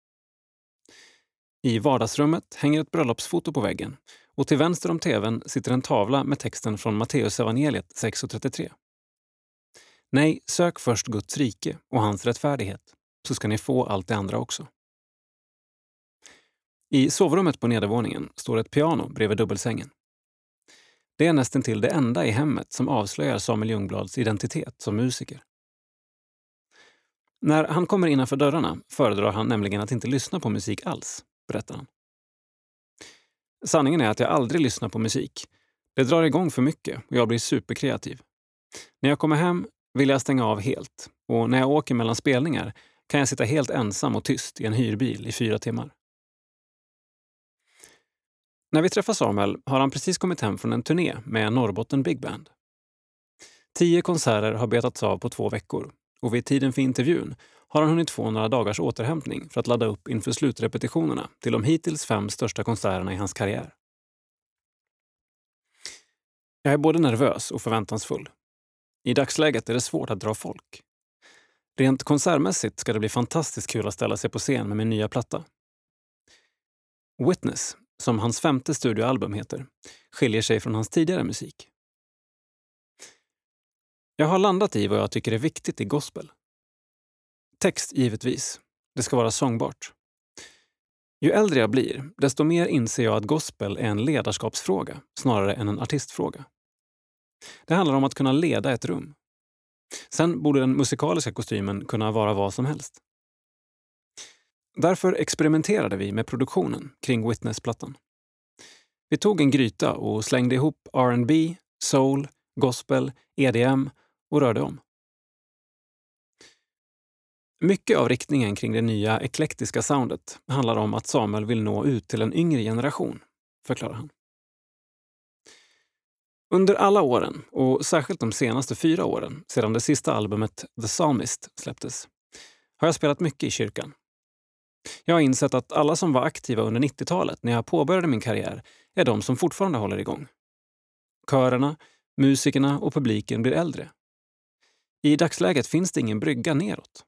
I vardagsrummet hänger ett bröllopsfoto på väggen och till vänster om tvn sitter en tavla med texten från Matteus evangeliet sex och trettiotre. Nej, sök först Guds rike och hans rättfärdighet, så ska ni få allt det andra också. I sovrummet på nedervåningen står ett piano bredvid dubbelsängen. Det är nästan till det enda i hemmet som avslöjar Samuel Ljungblads identitet som musiker. När han kommer innanför dörrarna föredrar han nämligen att inte lyssna på musik alls, berättar han. Sanningen är att jag aldrig lyssnar på musik. Det drar igång för mycket och jag blir superkreativ. När jag kommer hem vill jag stänga av helt och när jag åker mellan spelningar kan jag sitta helt ensam och tyst i en hyrbil i fyra timmar. När vi träffar Samuel har han precis kommit hem från en turné med Norrbotten Big Band. Tio konserter har betats av på två veckor och vid tiden för intervjun har han hunnit få några dagars återhämtning för att ladda upp inför slutrepetitionerna till de hittills fem största konserterna i hans karriär. Jag är både nervös och förväntansfull. I dagsläget är det svårt att dra folk. Rent konsertmässigt ska det bli fantastiskt kul att ställa sig på scen med min nya platta. Witness, som hans femte studioalbum heter, skiljer sig från hans tidigare musik. Jag har landat i vad jag tycker är viktigt i gospel. Text givetvis. Det ska vara sångbart. Ju äldre jag blir, desto mer inser jag att gospel är en ledarskapsfråga snarare än en artistfråga. Det handlar om att kunna leda ett rum. Sen borde den musikaliska kostymen kunna vara vad som helst. Därför experimenterade vi med produktionen kring Witness-plattan. Vi tog en gryta och slängde ihop R and B, soul, gospel, E D M och rörde om. Mycket av riktningen kring det nya eklektiska soundet handlar om att Samuel vill nå ut till en yngre generation, förklarar han. Under alla åren, och särskilt de senaste fyra åren sedan det sista albumet The Psalmist släpptes, har jag spelat mycket i kyrkan. Jag har insett att alla som var aktiva under nittiotalet när jag påbörjade min karriär är de som fortfarande håller igång. Körerna, musikerna och publiken blir äldre. I dagsläget finns det ingen brygga neråt.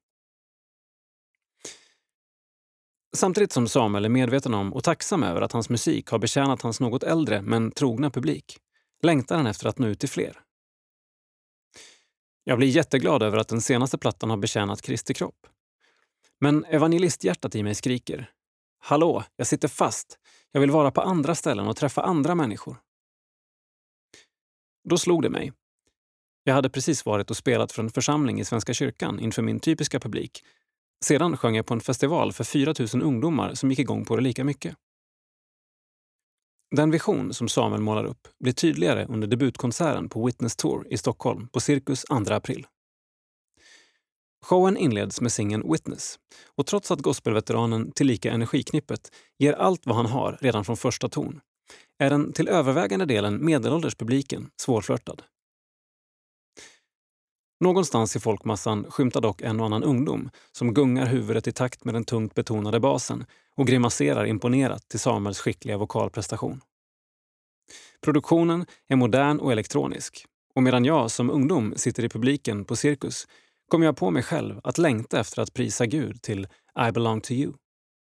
Samtidigt som Samuel är medveten om och tacksam över att hans musik har betjänat hans något äldre men trogna publik, längtar han efter att nå ut till fler. Jag blir jätteglad över att den senaste plattan har betjänat Kristi kropp. Men evangelisthjärtat i mig skriker: hallå, jag sitter fast. Jag vill vara på andra ställen och träffa andra människor. Då slog det mig. Jag hade precis varit och spelat för en församling i Svenska kyrkan inför min typiska publik. Sedan sjöng jag på en festival för fyra tusen ungdomar som gick igång på det lika mycket. Den vision som Samuel målar upp blir tydligare under debutkonserten på Witness Tour i Stockholm på Cirkus andra april. Showen inleds med singeln Witness, och trots att gospelveteranen tillika energiknippet ger allt vad han har redan från första ton, är den till övervägande delen medelålders publiken svårflörtad. Någonstans i folkmassan skymtar dock en och annan ungdom som gungar huvudet i takt med den tungt betonade basen och grimaserar imponerat till Samuels skickliga vokalprestation. Produktionen är modern och elektronisk, och medan jag som ungdom sitter i publiken på Cirkus kommer jag på mig själv att längta efter att prisa Gud till I belong to you.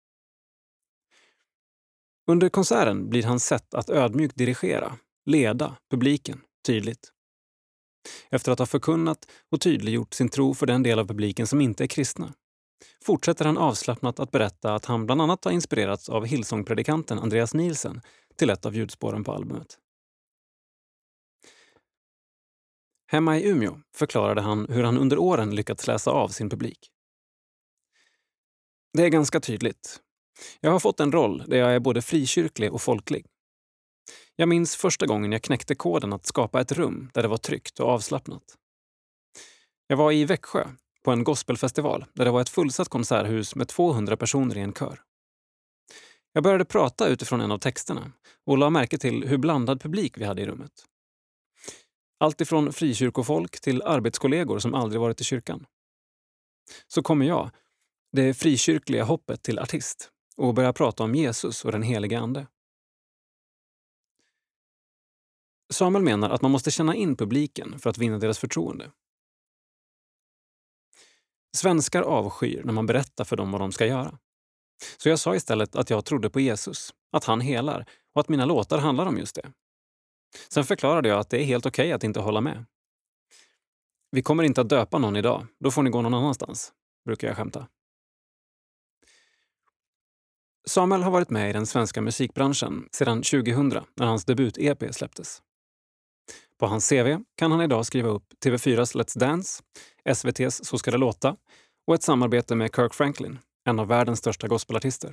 Under konserten blir hans sätt att ödmjukt dirigera, leda publiken tydligt. Efter att ha förkunnat och tydliggjort sin tro för den del av publiken som inte är kristna, fortsätter han avslappnat att berätta att han bland annat har inspirerats av Hillsong-predikanten Andreas Nielsen till ett av ljudspåren på albumet. Hemma i Umeå förklarade han hur han under åren lyckats läsa av sin publik. Det är ganska tydligt. Jag har fått en roll där jag är både frikyrklig och folklig. Jag minns första gången jag knäckte koden att skapa ett rum där det var tryggt och avslappnat. Jag var i Växjö på en gospelfestival där det var ett fullsatt konserthus med tvåhundra personer i en kör. Jag började prata utifrån en av texterna och la märke till hur blandad publik vi hade i rummet. Allt ifrån frikyrkofolk till arbetskollegor som aldrig varit i kyrkan. Så kommer jag, det frikyrkliga hoppet till artist, och börjar prata om Jesus och den heliga ande. Samuel menar att man måste känna in publiken för att vinna deras förtroende. Svenskar avskyr när man berättar för dem vad de ska göra. Så jag sa istället att jag trodde på Jesus, att han helar och att mina låtar handlar om just det. Sen förklarade jag att det är helt okej att inte hålla med. Vi kommer inte att döpa någon idag, då får ni gå någon annanstans, brukar jag skämta. Samuel har varit med i den svenska musikbranschen sedan tjugohundra när hans debut-E P släpptes. På hans C V kan han idag skriva upp T V fyras Let's Dance, S V T:s Så ska det låta och ett samarbete med Kirk Franklin, en av världens största gospelartister.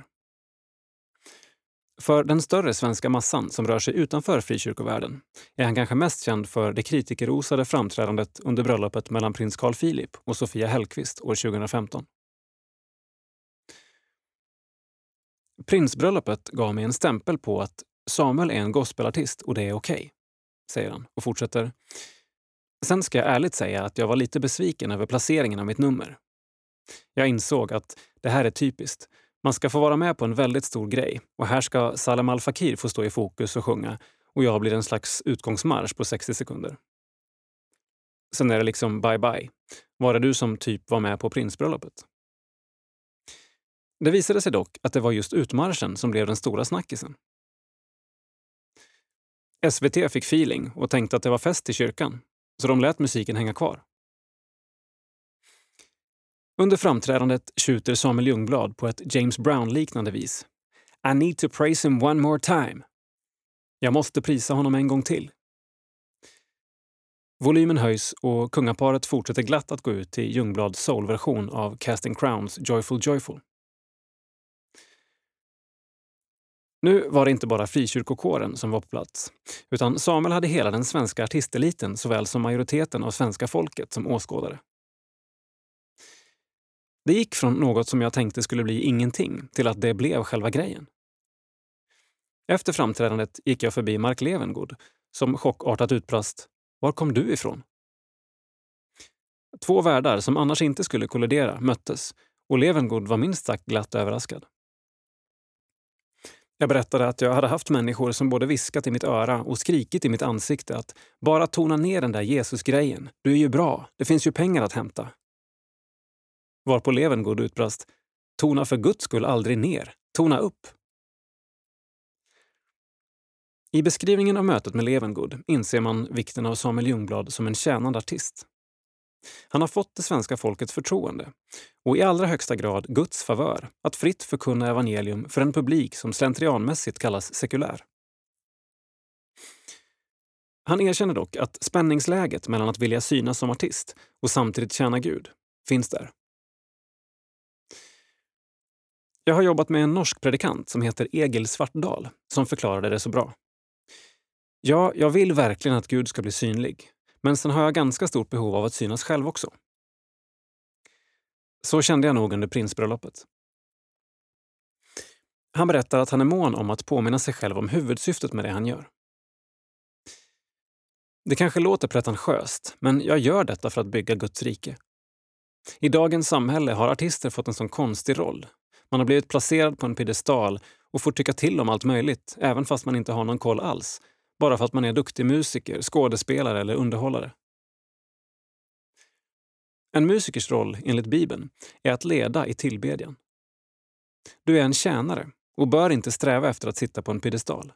För den större svenska massan som rör sig utanför frikyrkovärlden är han kanske mest känd för det kritikerrosade framträdandet under bröllopet mellan prins Carl Philip och Sofia Hellqvist år tjugohundrafemton. Prinsbröllopet gav mig en stämpel på att Samuel är en gospelartist och det är okej, säger han och fortsätter. Sen ska jag ärligt säga att jag var lite besviken över placeringen av mitt nummer. Jag insåg att det här är typiskt. Man ska få vara med på en väldigt stor grej och här ska Salem Al Fakir få stå i fokus och sjunga och jag blir en slags utgångsmarsch på sextio sekunder. Sen är det liksom bye bye. Var det du som typ var med på prinsbröllopet? Det visade sig dock att det var just utmarschen som blev den stora snackisen. S V T fick feeling och tänkte att det var fest i kyrkan, så de lät musiken hänga kvar. Under framträdandet tjuter Samuel Ljungblad på ett James Brown-liknande vis. I need to praise him one more time. Jag måste prisa honom en gång till. Volymen höjs och kungaparet fortsätter glatt att gå ut till Ljungblads soul-version av Casting Crowns Joyful Joyful. Nu var det inte bara frikyrkokåren som var på plats, utan Samuel hade hela den svenska artisteliten såväl som majoriteten av svenska folket som åskådare. Det gick från något som jag tänkte skulle bli ingenting till att det blev själva grejen. Efter framträdandet gick jag förbi Mark Levengood som chockartat utbrast: Var kom du ifrån? Två världar som annars inte skulle kollidera möttes och Levengood var minst sagt glatt överraskad. Jag berättade att jag hade haft människor som både viskat i mitt öra och skrikit i mitt ansikte att bara tona ner den där Jesus-grejen. Du är ju bra, det finns ju pengar att hämta. Varpå Levengood utbrast: Tona för Guds skull aldrig ner, tona upp. I beskrivningen av mötet med Levengood inser man vikten av Samuel Ljungblad som en tjänande artist. Han har fått det svenska folkets förtroende och i allra högsta grad Guds favör att fritt förkunna evangelium för en publik som slentrianmässigt kallas sekulär. Han erkänner dock att spänningsläget mellan att vilja synas som artist och samtidigt tjäna Gud finns där. Jag har jobbat med en norsk predikant som heter Egil Svartdal som förklarade det så bra. Ja, jag vill verkligen att Gud ska bli synlig, men sen har jag ganska stort behov av att synas själv också. Så kände jag nog under prinsbröllopet. Han berättar att han är mån om att påminna sig själv om huvudsyftet med det han gör. Det kanske låter pretentiöst, men jag gör detta för att bygga Guds rike. I dagens samhälle har artister fått en sån konstig roll. Man har blivit placerad på en piedestal och får tycka till om allt möjligt, även fast man inte har någon koll alls. Bara för att man är duktig musiker, skådespelare eller underhållare. En musikers roll, enligt Bibeln, är att leda i tillbedjan. Du är en tjänare och bör inte sträva efter att sitta på en piedestal.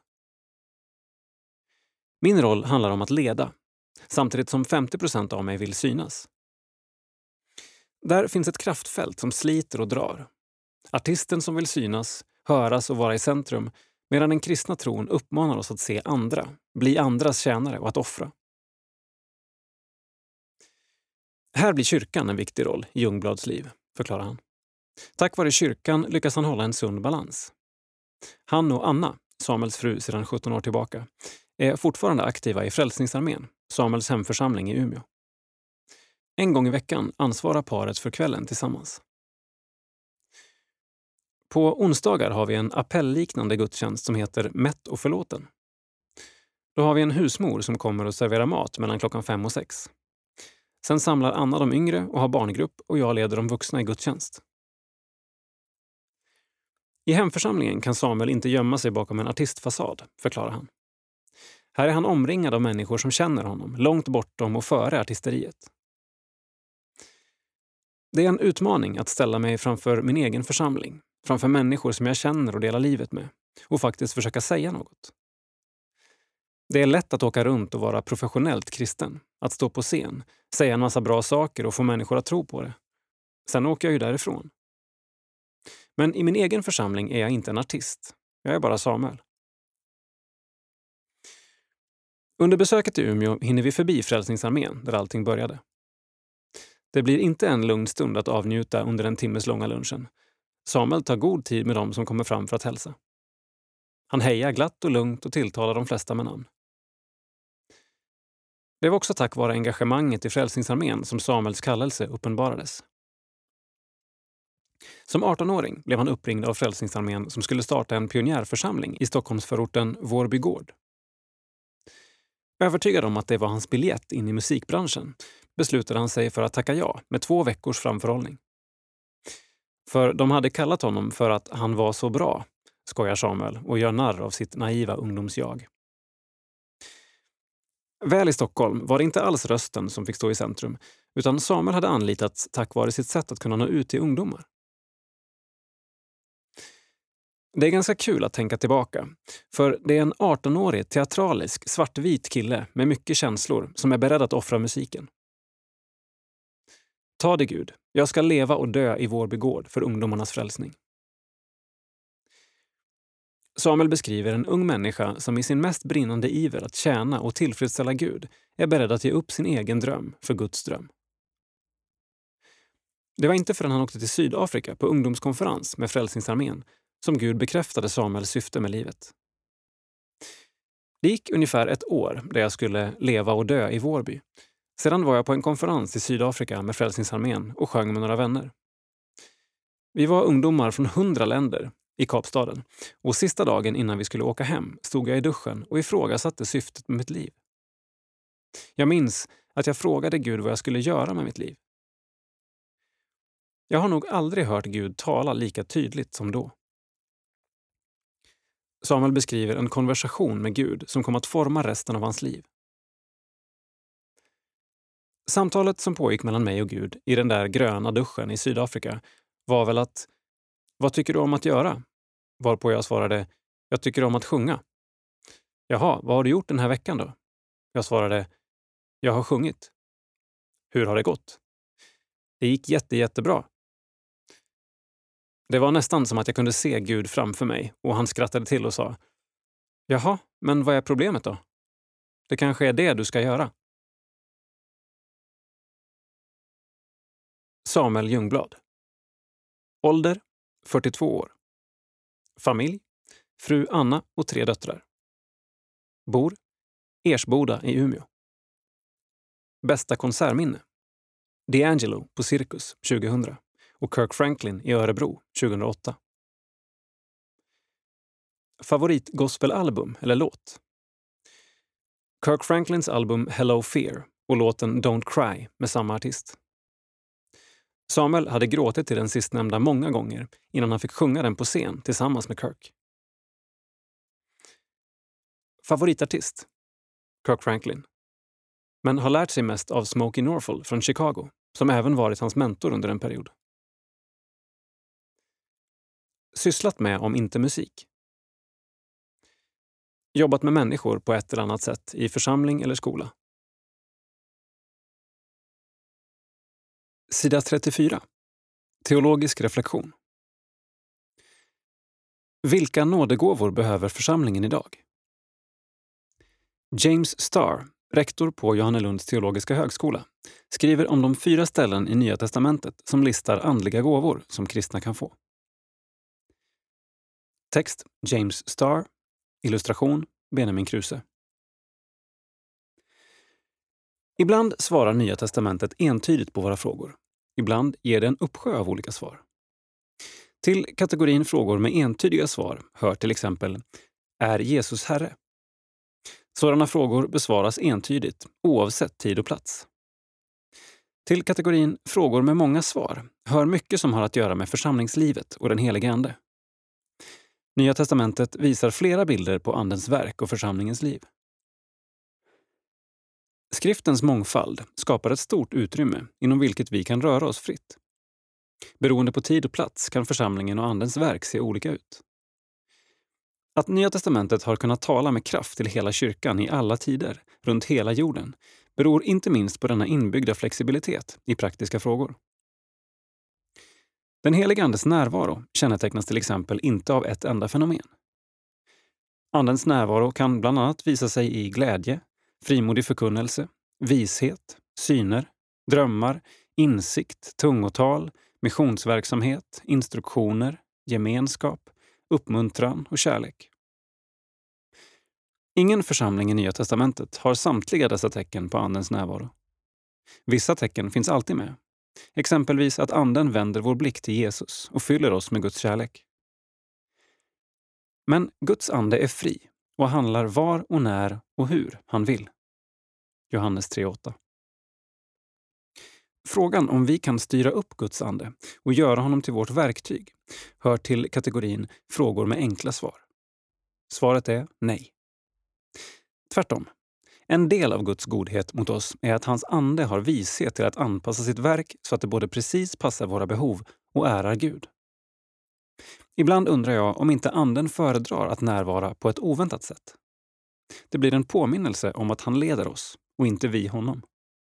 Min roll handlar om att leda, samtidigt som femtio procent av mig vill synas. Där finns ett kraftfält som sliter och drar. Artisten som vill synas, höras och vara i centrum, medan den kristna tron uppmanar oss att se andra, bli andras tjänare och att offra. Här blir kyrkan en viktig roll i Ljungblads liv, förklarar han. Tack vare kyrkan lyckas han hålla en sund balans. Han och Anna, Samuels fru sedan sjutton år tillbaka, är fortfarande aktiva i Frälsningsarmén, Samuels hemförsamling i Umeå. En gång i veckan ansvarar paret för kvällen tillsammans. På onsdagar har vi en appellliknande gudstjänst som heter Mätt och förlåten. Då har vi en husmor som kommer och serverar mat mellan klockan fem och sex. Sen samlar Anna de yngre och har barngrupp och jag leder de vuxna i gudstjänst. I hemförsamlingen kan Samuel inte gömma sig bakom en artistfasad, förklarar han. Här är han omringad av människor som känner honom, långt bortom och före artisteriet. Det är en utmaning att ställa mig framför min egen församling, framför människor som jag känner och delar livet med, och faktiskt försöka säga något. Det är lätt att åka runt och vara professionellt kristen, att stå på scen, säga en massa bra saker och få människor att tro på det. Sen åker jag ju därifrån. Men i min egen församling är jag inte en artist. Jag är bara Samuel. Under besöket i Umeå hinner vi förbi Frälsningsarmén där allting började. Det blir inte en lugn stund att avnjuta under en timmes långa lunchen. Samuel tar god tid med dem som kommer fram för att hälsa. Han hejar glatt och lugnt och tilltalar de flesta med namn. Det var också tack vare engagemanget i Frälsningsarmén som Samuels kallelse uppenbarades. Som arton-åring blev han uppringd av Frälsningsarmén som skulle starta en pionjärförsamling i Stockholmsförorten Vårby gård. Övertygad om att det var hans biljett in i musikbranschen beslutade han sig för att tacka ja med två veckors framförhållning. För de hade kallat honom för att han var så bra, skojar Samuel och gör narr av sitt naiva ungdomsjag. Väl i Stockholm var det inte alls rösten som fick stå i centrum, utan Samuel hade anlitats tack vare sitt sätt att kunna nå ut till ungdomar. Det är ganska kul att tänka tillbaka, för det är en arton-årig teatralisk svartvit kille med mycket känslor som är beredd att offra musiken. Ta det Gud, jag ska leva och dö i Vårby gård för ungdomarnas frälsning. Samuel beskriver en ung människa som i sin mest brinnande iver att tjäna och tillfredsställa Gud är beredd att ge upp sin egen dröm för Guds dröm. Det var inte förrän han åkte till Sydafrika på ungdomskonferens med Frälsningsarmén som Gud bekräftade Samuels syfte med livet. Det gick ungefär ett år där jag skulle leva och dö i Vårby. Sedan var jag på en konferens i Sydafrika med Frälsningsarmén och sjöng med några vänner. Vi var ungdomar från hundra länder i Kapstaden och sista dagen innan vi skulle åka hem stod jag i duschen och ifrågasatte syftet med mitt liv. Jag minns att jag frågade Gud vad jag skulle göra med mitt liv. Jag har nog aldrig hört Gud tala lika tydligt som då. Samuel beskriver en konversation med Gud som kom att forma resten av hans liv. Samtalet som pågick mellan mig och Gud i den där gröna duschen i Sydafrika var väl att vad tycker du om att göra? Varpå jag svarade, jag tycker om att sjunga. Jaha, vad har du gjort den här veckan då? Jag svarade, jag har sjungit. Hur har det gått? Det gick jätte, jättebra. Det var nästan som att jag kunde se Gud framför mig och han skrattade till och sa, jaha, men vad är problemet då? Det kanske är det du ska göra. Samuel Ljungblad. Ålder fyrtiotvå år. Familj, fru Anna och tre döttrar. Bor Ersboda i Umeå. Bästa konsertminne. D'Angelo på Cirkus tjugohundra och Kirk Franklin i Örebro tjugohundraåtta. Favorit gospelalbum eller låt. Kirk Franklins album Hello Fear och låten Don't Cry med samma artist. Samuel hade gråtit till den sistnämnda många gånger innan han fick sjunga den på scen tillsammans med Kirk. Favoritartist. Kirk Franklin. Men har lärt sig mest av Smokey Norfolk från Chicago, som även varit hans mentor under en period. Sysslat med om inte musik. Jobbat med människor på ett eller annat sätt i församling eller skola. Sida trettiofyra. Teologisk reflektion. Vilka nådegåvor behöver församlingen idag? James Starr, rektor på Johannelunds teologiska högskola, skriver om de fyra ställen i Nya testamentet som listar andliga gåvor som kristna kan få. Text James Starr. Illustration Benjamin Kruse. Ibland svarar Nya testamentet entydigt på våra frågor. Ibland ger det en uppsjö av olika svar. Till kategorin frågor med entydiga svar hör till exempel: är Jesus Herre? Sådana frågor besvaras entydigt, oavsett tid och plats. Till kategorin frågor med många svar hör mycket som har att göra med församlingslivet och den helige ande. Nya testamentet visar flera bilder på andens verk och församlingens liv. Skriftens mångfald skapar ett stort utrymme inom vilket vi kan röra oss fritt. Beroende på tid och plats kan församlingen och andens verk se olika ut. Att Nya testamentet har kunnat tala med kraft till hela kyrkan i alla tider, runt hela jorden, beror inte minst på denna inbyggda flexibilitet i praktiska frågor. Den helige andes närvaro kännetecknas till exempel inte av ett enda fenomen. Andens närvaro kan bland annat visa sig i glädje, frimodig förkunnelse, vishet, syner, drömmar, insikt, tungotal, missionsverksamhet, instruktioner, gemenskap, uppmuntran och kärlek. Ingen församling i Nya testamentet har samtliga dessa tecken på andens närvaro. Vissa tecken finns alltid med, Exempelvis att anden vänder vår blick till Jesus och fyller oss med Guds kärlek. Men Guds ande är fri och handlar var och när och hur han vill. Johannes tre åtta. Frågan om vi kan styra upp Guds ande och göra honom till vårt verktyg hör till kategorin frågor med enkla svar. Svaret är nej. Tvärtom. En del av Guds godhet mot oss är att hans ande har vishet till att anpassa sitt verk så att det både precis passar våra behov och ärar Gud. Ibland undrar jag om inte anden föredrar att närvara på ett oväntat sätt. Det blir en påminnelse om att han leder oss och inte vi honom.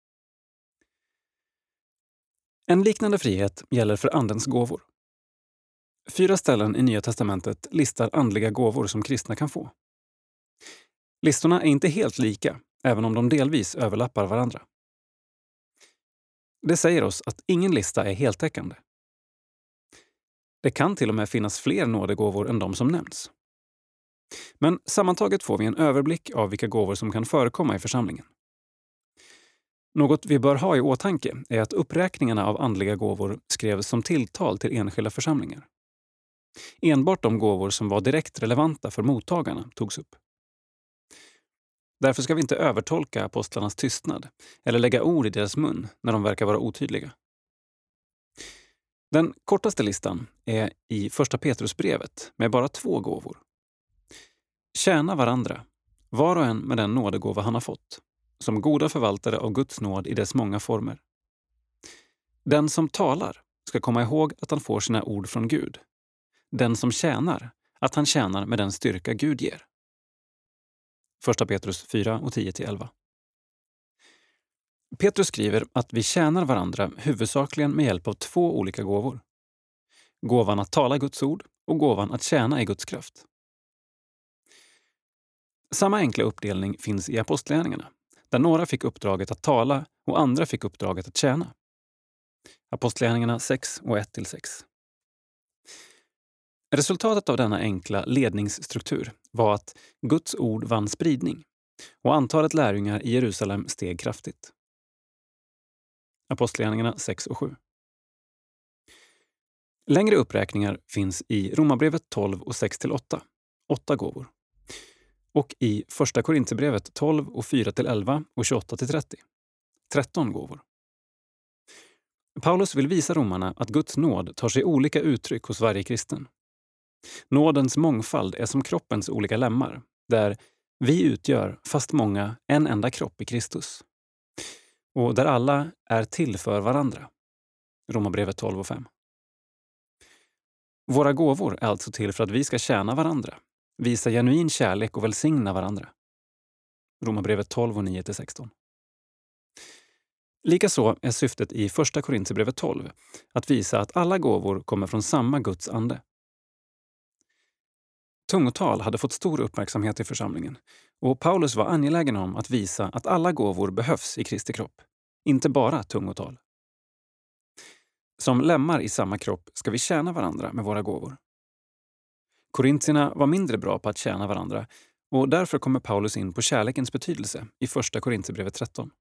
En liknande frihet gäller för andens gåvor. Fyra ställen i Nya testamentet listar andliga gåvor som kristna kan få. Listorna är inte helt lika, även om de delvis överlappar varandra. Det säger oss att ingen lista är heltäckande. Det kan till och med finnas fler nådegåvor än de som nämns. Men sammantaget får vi en överblick av vilka gåvor som kan förekomma i församlingen. Något vi bör ha i åtanke är att uppräkningarna av andliga gåvor skrevs som tilltal till enskilda församlingar. Enbart de gåvor som var direkt relevanta för mottagarna togs upp. Därför ska vi inte övertolka apostlarnas tystnad eller lägga ord i deras mun när de verkar vara otydliga. Den kortaste listan är i första Petrusbrevet med bara två gåvor. Tjäna varandra, var och en med den nådegåva han har fått, som goda förvaltare av Guds nåd i dess många former. Den som talar ska komma ihåg att han får sina ord från Gud. Den som tjänar, att han tjänar med den styrka Gud ger. första Petrus fyra och tio till elva. Petrus skriver att vi tjänar varandra huvudsakligen med hjälp av två olika gåvor. Gåvan att tala Guds ord och gåvan att tjäna i Guds kraft. Samma enkla uppdelning finns i apostlagärningarna, där några fick uppdraget att tala och andra fick uppdraget att tjäna. Apostlagärningarna sex och ett till sex. Resultatet av denna enkla ledningsstruktur var att Guds ord vann spridning och antalet lärjungar i Jerusalem steg kraftigt. Apostlagärningarna sex och sju. Längre uppräkningar finns i Romarbrevet tolv och sex till åtta, åtta gåvor. Och i första Korinthierbrevet tolv och fyra till elva och tjugoåtta till trettio, tretton gåvor. Paulus vill visa romarna att Guds nåd tar sig olika uttryck hos varje kristen. Nådens mångfald är som kroppens olika lemmar, där vi utgör, fast många, en enda kropp i Kristus. Och där alla är till för varandra. Romarbrevet tolv och fem. Våra gåvor är alltså till för att vi ska tjäna varandra, visa genuin kärlek och välsigna varandra. Romarbrevet tolv och nio till sexton. Likaså är syftet i första Korinthierbrevet tolv att visa att alla gåvor kommer från samma Guds ande. Tungotal hade fått stor uppmärksamhet i församlingen och Paulus var angelägen om att visa att alla gåvor behövs i Kristi kropp, inte bara tungotal. Som lemmar i samma kropp ska vi tjäna varandra med våra gåvor. Korintierna var mindre bra på att tjäna varandra och därför kommer Paulus in på kärlekens betydelse i första Korinthierbrevet tretton.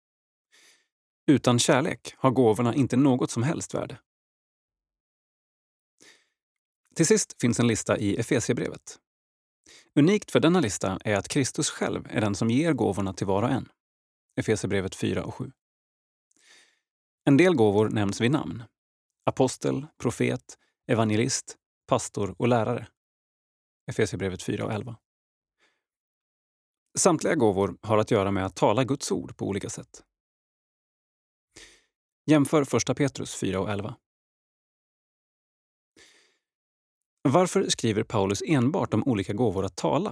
Utan kärlek har gåvorna inte något som helst värde. Till sist finns en lista i Efesierbrevet. Unikt för denna lista är att Kristus själv är den som ger gåvorna till var och en. Efesierbrevet fyra och sju. En del gåvor nämns vid namn. Apostel, profet, evangelist, pastor och lärare. Efesierbrevet fyra och elva. Samtliga gåvor har att göra med att tala Guds ord på olika sätt. Jämför första Petrus fyra och elva. Varför skriver Paulus enbart om olika gåvor att tala?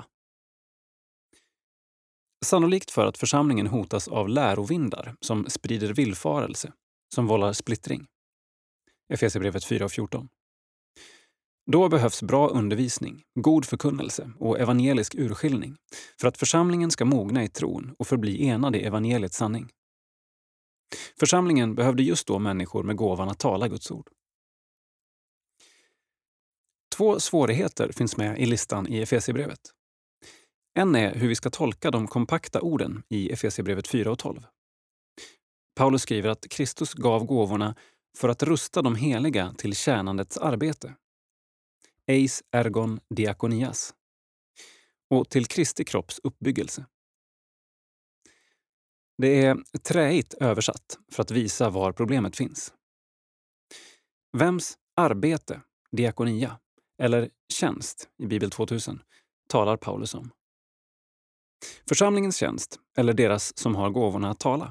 Sannolikt för att församlingen hotas av lärovindar som sprider villfarelse, som vållar splittring. Efesierbrevet fyra och fjorton. Då behövs bra undervisning, god förkunnelse och evangelisk urskiljning för att församlingen ska mogna i tron och förbli enad i evangeliets sanning. Församlingen behövde just då människor med gåvan att tala Guds ord. Två svårigheter finns med i listan i Efesierbrevet. En är hur vi ska tolka de kompakta orden i Efesierbrevet fyra och tolv. Paulus skriver att Kristus gav gåvorna för att rusta de heliga till tjänandets arbete. Eis ergon diakonias. Och till Kristi kropps uppbyggelse. Det är träigt översatt för att visa var problemet finns. Vems arbete, diakonia, eller tjänst i Bibel tvåtusen talar Paulus om? Församlingens tjänst eller deras som har gåvorna att tala?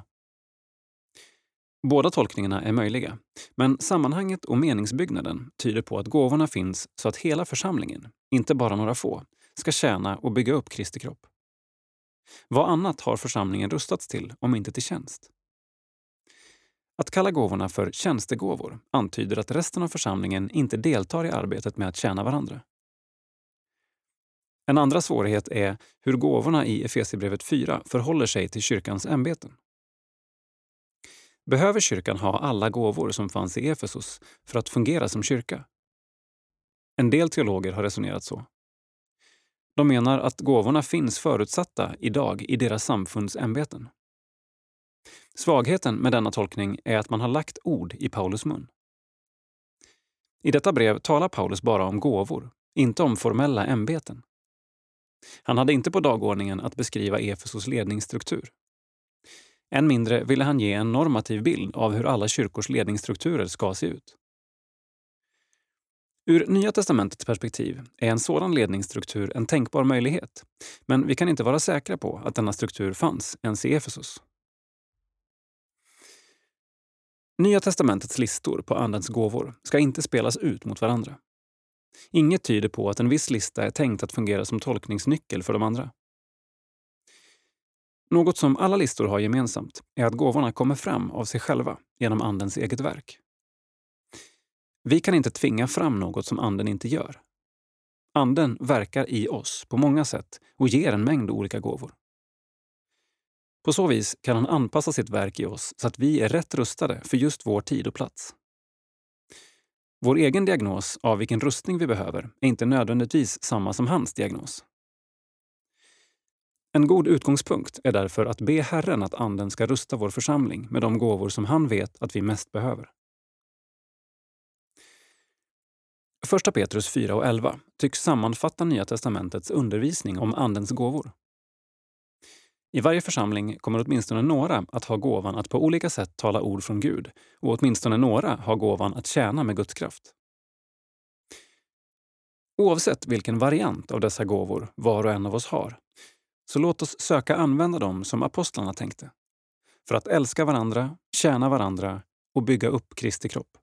Båda tolkningarna är möjliga, men sammanhanget och meningsbyggnaden tyder på att gåvorna finns så att hela församlingen, inte bara några få, ska tjäna och bygga upp Kristi kropp. Vad annat har församlingen rustats till om inte till tjänst? Att kalla gåvorna för tjänstegåvor antyder att resten av församlingen inte deltar i arbetet med att tjäna varandra. En andra svårighet är hur gåvorna i Efesierbrevet fyra förhåller sig till kyrkans ämbeten. Behöver kyrkan ha alla gåvor som fanns i Efesos för att fungera som kyrka? En del teologer har resonerat så. De menar att gåvorna finns förutsatta idag i deras samfunds ämbeten. Svagheten med denna tolkning är att man har lagt ord i Paulus mun. I detta brev talar Paulus bara om gåvor, inte om formella ämbeten. Han hade inte på dagordningen att beskriva Efesos ledningsstruktur. Än mindre ville han ge en normativ bild av hur alla kyrkors ledningsstrukturer ska se ut. Ur Nya testamentets perspektiv är en sådan ledningsstruktur en tänkbar möjlighet, men vi kan inte vara säkra på att denna struktur fanns ens i Efesos. Nya testamentets listor på Andens gåvor ska inte spelas ut mot varandra. Inget tyder på att en viss lista är tänkt att fungera som tolkningsnyckel för de andra. Något som alla listor har gemensamt är att gåvorna kommer fram av sig själva genom Andens eget verk. Vi kan inte tvinga fram något som Anden inte gör. Anden verkar i oss på många sätt och ger en mängd olika gåvor. På så vis kan han anpassa sitt verk i oss så att vi är rätt rustade för just vår tid och plats. Vår egen diagnos av vilken rustning vi behöver är inte nödvändigtvis samma som hans diagnos. En god utgångspunkt är därför att be Herren att Anden ska rusta vår församling med de gåvor som han vet att vi mest behöver. Första Petrus fyra och elva tycks sammanfatta Nya testamentets undervisning om Andens gåvor. I varje församling kommer åtminstone några att ha gåvan att på olika sätt tala ord från Gud och åtminstone några har gåvan att tjäna med Guds kraft. Oavsett vilken variant av dessa gåvor var och en av oss har, så låt oss söka använda dem som apostlarna tänkte, för att älska varandra, tjäna varandra och bygga upp Kristi kropp.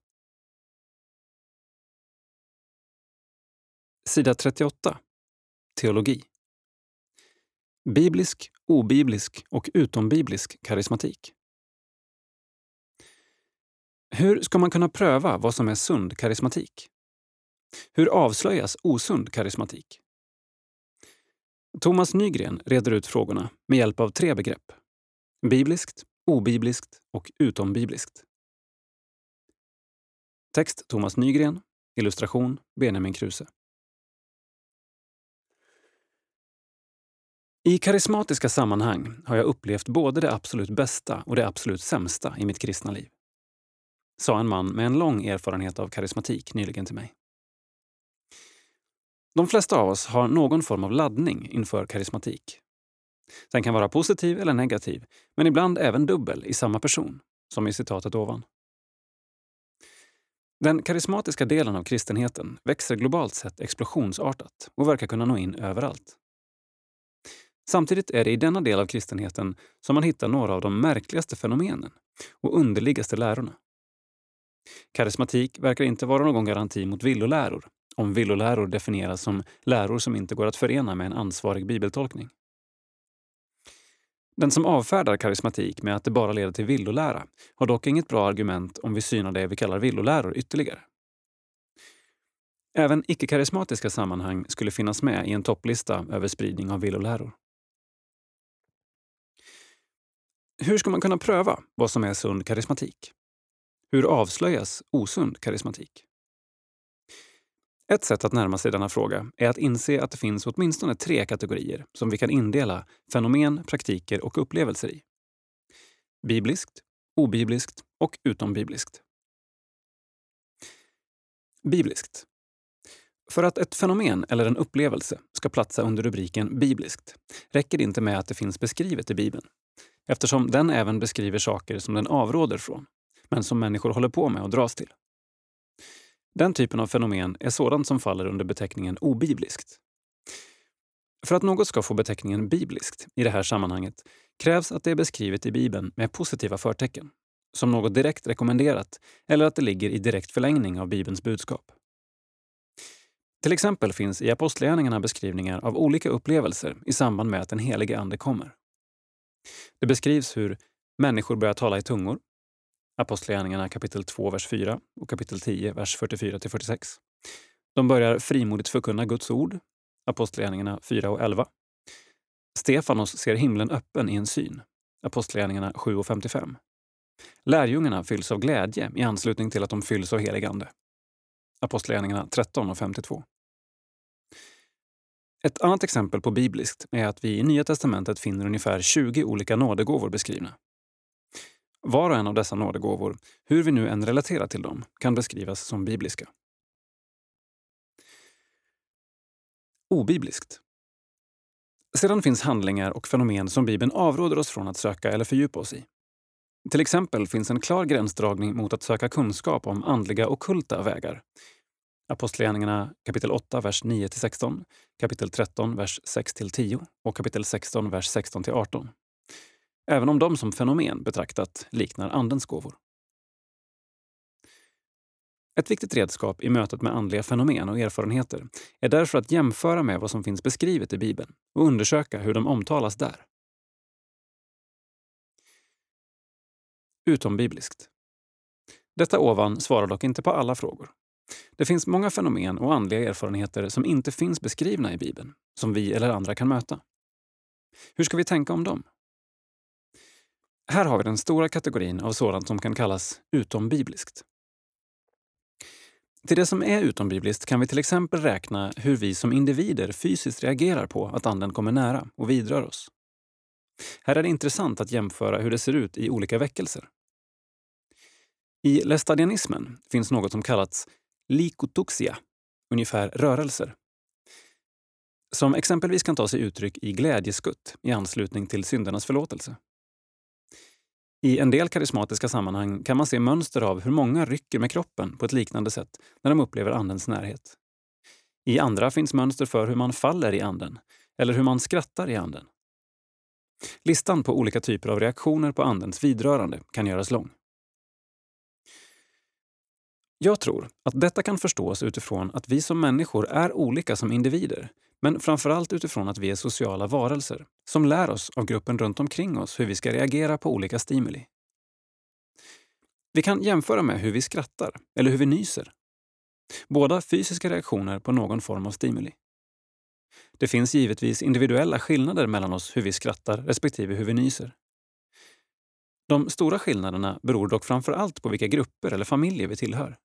Sida trettioåtta. Teologi. Biblisk, obiblisk och utombiblisk karismatik. Hur ska man kunna pröva vad som är sund karismatik? Hur avslöjas osund karismatik? Thomas Nygren reder ut frågorna med hjälp av tre begrepp. Bibliskt, obibliskt och utombibliskt. Text Thomas Nygren, illustration Benjamin Kruse. I karismatiska sammanhang har jag upplevt både det absolut bästa och det absolut sämsta i mitt kristna liv, sa en man med en lång erfarenhet av karismatik nyligen till mig. De flesta av oss har någon form av laddning inför karismatik. Den kan vara positiv eller negativ, men ibland även dubbel i samma person, som i citatet ovan. Den karismatiska delen av kristenheten växer globalt sett explosionsartat och verkar kunna nå in överallt. Samtidigt är det i denna del av kristenheten som man hittar några av de märkligaste fenomenen och underligaste lärorna. Karismatik verkar inte vara någon garanti mot villoläror, om villoläror definieras som läror som inte går att förena med en ansvarig bibeltolkning. Den som avfärdar karismatik med att det bara leder till villolära har dock inget bra argument om vi synar det vi kallar villoläror ytterligare. Även icke-karismatiska sammanhang skulle finnas med i en topplista över spridning av villoläror. Hur ska man kunna pröva vad som är sund karismatik? Hur avslöjas osund karismatik? Ett sätt att närma sig denna fråga är att inse att det finns åtminstone tre kategorier som vi kan indela fenomen, praktiker och upplevelser i. Bibliskt, obibliskt och utombibliskt. Bibliskt. För att ett fenomen eller en upplevelse ska platsa under rubriken bibliskt räcker det inte med att det finns beskrivet i Bibeln, eftersom den även beskriver saker som den avråder från, men som människor håller på med och dras till. Den typen av fenomen är sådant som faller under beteckningen obibliskt. För att något ska få beteckningen bibliskt i det här sammanhanget krävs att det är beskrivet i Bibeln med positiva förtecken, som något direkt rekommenderat eller att det ligger i direkt förlängning av Bibelns budskap. Till exempel finns i Apostlagärningarna beskrivningar av olika upplevelser i samband med att den helige ande kommer. Det beskrivs hur människor börjar tala i tungor, Apostlagärningarna kapitel två, vers fyra och kapitel tio, vers fyrtiofyra till fyrtiosex. De börjar frimodigt förkunna Guds ord, Apostlagärningarna fyra och elva. Stefanos ser himlen öppen i en syn, Apostlagärningarna sju och femtiofem. Lärjungarna fylls av glädje i anslutning till att de fylls av helig ande, Apostlagärningarna tretton och femtiotvå. Ett annat exempel på bibliskt är att vi i Nya testamentet finner ungefär tjugo olika nådegåvor beskrivna. Var och en av dessa nådegåvor, hur vi nu än relaterar till dem, kan beskrivas som bibliska. Obibliskt. Sedan finns handlingar och fenomen som Bibeln avråder oss från att söka eller fördjupa oss i. Till exempel finns en klar gränsdragning mot att söka kunskap om andliga ockulta vägar. Apostlagärningarna kapitel åtta, vers nio till sexton, kapitel tretton, vers sex till tio och kapitel sexton, vers sexton till arton. Även om de som fenomen betraktat liknar andens gåvor. Ett viktigt redskap i mötet med andliga fenomen och erfarenheter är därför att jämföra med vad som finns beskrivet i Bibeln och undersöka hur de omtalas där. Utombibliskt. Detta ovan svarar dock inte på alla frågor. Det finns många fenomen och andliga erfarenheter som inte finns beskrivna i Bibeln, som vi eller andra kan möta. Hur ska vi tänka om dem? Här har vi den stora kategorin av sådant som kan kallas utombibliskt. Till det som är utombibliskt kan vi till exempel räkna hur vi som individer fysiskt reagerar på att anden kommer nära och vidrör oss. Här är det intressant att jämföra hur det ser ut i olika väckelser. I lästadianismen finns något som kallats likotuxia, ungefär rörelser, som exempelvis kan ta sig uttryck i glädjeskutt i anslutning till syndernas förlåtelse. I en del karismatiska sammanhang kan man se mönster av hur många rycker med kroppen på ett liknande sätt när de upplever andens närhet. I andra finns mönster för hur man faller i anden eller hur man skrattar i anden. Listan på olika typer av reaktioner på andens vidrörande kan göras lång. Jag tror att detta kan förstås utifrån att vi som människor är olika som individer, men framförallt utifrån att vi är sociala varelser som lär oss av gruppen runt omkring oss hur vi ska reagera på olika stimuli. Vi kan jämföra med hur vi skrattar eller hur vi nyser. Båda fysiska reaktioner på någon form av stimuli. Det finns givetvis individuella skillnader mellan oss hur vi skrattar respektive hur vi nyser. De stora skillnaderna beror dock framför allt på vilka grupper eller familjer vi tillhör.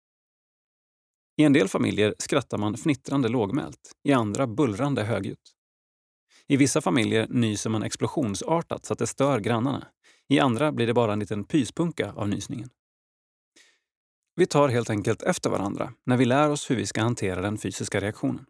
I en del familjer skrattar man fnittrande lågmält, i andra bullrande högljutt. I vissa familjer nyser man explosionsartat så att det stör grannarna. I andra blir det bara en liten pyspunka av nysningen. Vi tar helt enkelt efter varandra när vi lär oss hur vi ska hantera den fysiska reaktionen.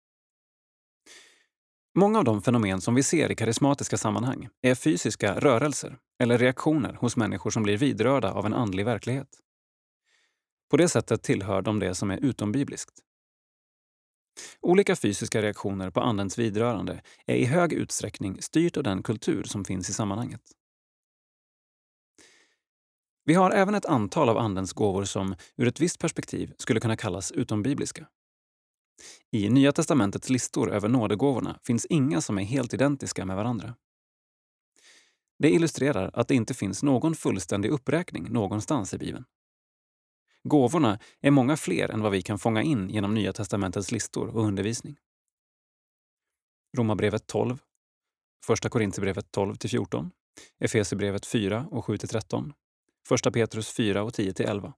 Många av de fenomen som vi ser i karismatiska sammanhang är fysiska rörelser eller reaktioner hos människor som blir vidrörda av en andlig verklighet. På det sättet tillhör de det som är utombibliskt. Olika fysiska reaktioner på andens vidrörande är i hög utsträckning styrt av den kultur som finns i sammanhanget. Vi har även ett antal av andens gåvor som ur ett visst perspektiv skulle kunna kallas utombibliska. I Nya testamentets listor över nådegåvorna finns inga som är helt identiska med varandra. Det illustrerar att det inte finns någon fullständig uppräkning någonstans i Bibeln. Gåvorna är många fler än vad vi kan fånga in genom Nya testamentets listor och undervisning. Romarbrevet tolv, Första Korinthierbrevet tolv till fjorton, Efesierbrevet fyra och sju till tretton, Första Petrus fyra och tio till elva.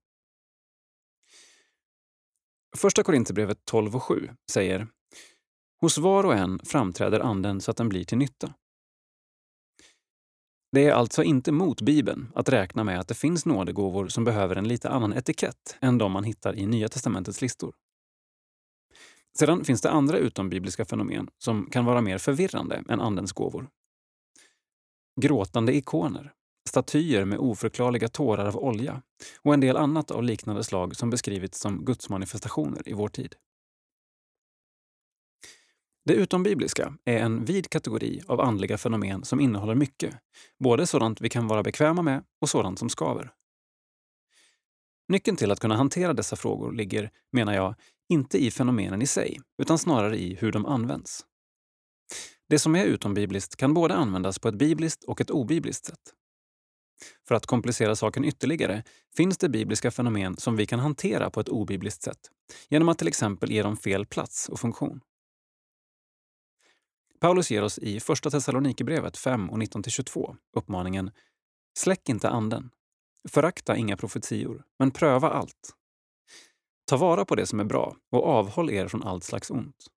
Första Korinthierbrevet tolv och sju säger: Hos var och en framträder anden så att den blir till nytta. Det är alltså inte mot Bibeln att räkna med att det finns nådegåvor som behöver en lite annan etikett än de man hittar i Nya testamentets listor. Sedan finns det andra utombibliska fenomen som kan vara mer förvirrande än Andens gåvor. Gråtande ikoner, statyer med oförklarliga tårar av olja och en del annat av liknande slag som beskrivits som gudsmanifestationer i vår tid. Det utombibliska är en vid kategori av andliga fenomen som innehåller mycket, både sådant vi kan vara bekväma med och sådant som skaver. Nyckeln till att kunna hantera dessa frågor ligger, menar jag, inte i fenomenen i sig, utan snarare i hur de används. Det som är utombibliskt kan både användas på ett bibliskt och ett obibliskt sätt. För att komplicera saken ytterligare finns det bibliska fenomen som vi kan hantera på ett obibliskt sätt, genom att till exempel ge dem fel plats och funktion. Paulus ger oss i Första Thessalonikerbrevet fem och nitton till tjugotvå uppmaningen: Släck inte anden. Förakta inga profetior, men pröva allt. Ta vara på det som är bra och avhåll er från allt slags ont.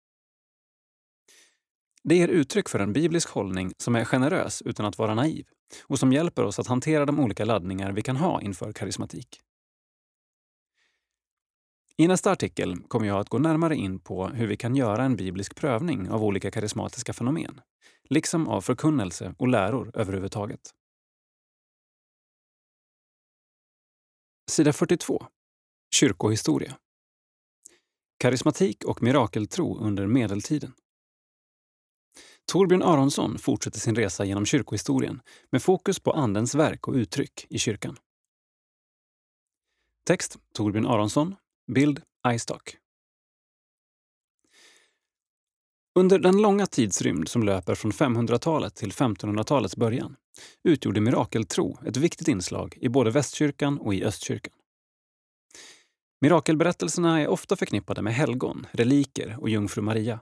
Det ger uttryck för en biblisk hållning som är generös utan att vara naiv och som hjälper oss att hantera de olika laddningar vi kan ha inför karismatik. I nästa artikel kommer jag att gå närmare in på hur vi kan göra en biblisk prövning av olika karismatiska fenomen, liksom av förkunnelse och läror överhuvudtaget. Sida fyrtiotvå. Kyrkohistoria. Karismatik och mirakeltro under medeltiden. Torbjörn Aronsson fortsätter sin resa genom kyrkohistorien med fokus på andens verk och uttryck i kyrkan. Text Torbjörn Aronsson. Bild iStock. Under den långa tidsrymd som löper från femhundratalet till femtonhundratalets början utgjorde mirakeltro ett viktigt inslag i både västkyrkan och i östkyrkan. Mirakelberättelserna är ofta förknippade med helgon, reliker och jungfru Maria.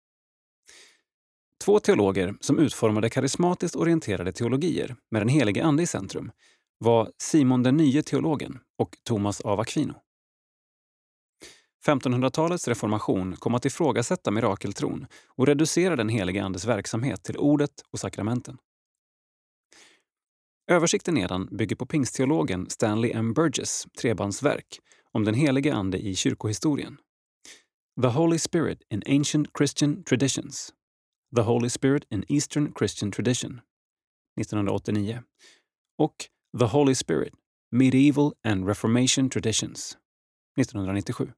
Två teologer som utformade karismatiskt orienterade teologier med den helige ande i centrum var Simon den nye teologen och Thomas av Aquino. femtonhundratalets reformation kom att ifrågasätta mirakeltron och reducera den helige andes verksamhet till ordet och sakramenten. Översikten nedan bygger på pingstteologen Stanley M. Burgess trebandsverk om den helige ande i kyrkohistorien. The Holy Spirit in Ancient Christian Traditions. The Holy Spirit in Eastern Christian Tradition nittonhundraåttionio och The Holy Spirit, Medieval and Reformation Traditions nittonhundranittiosju.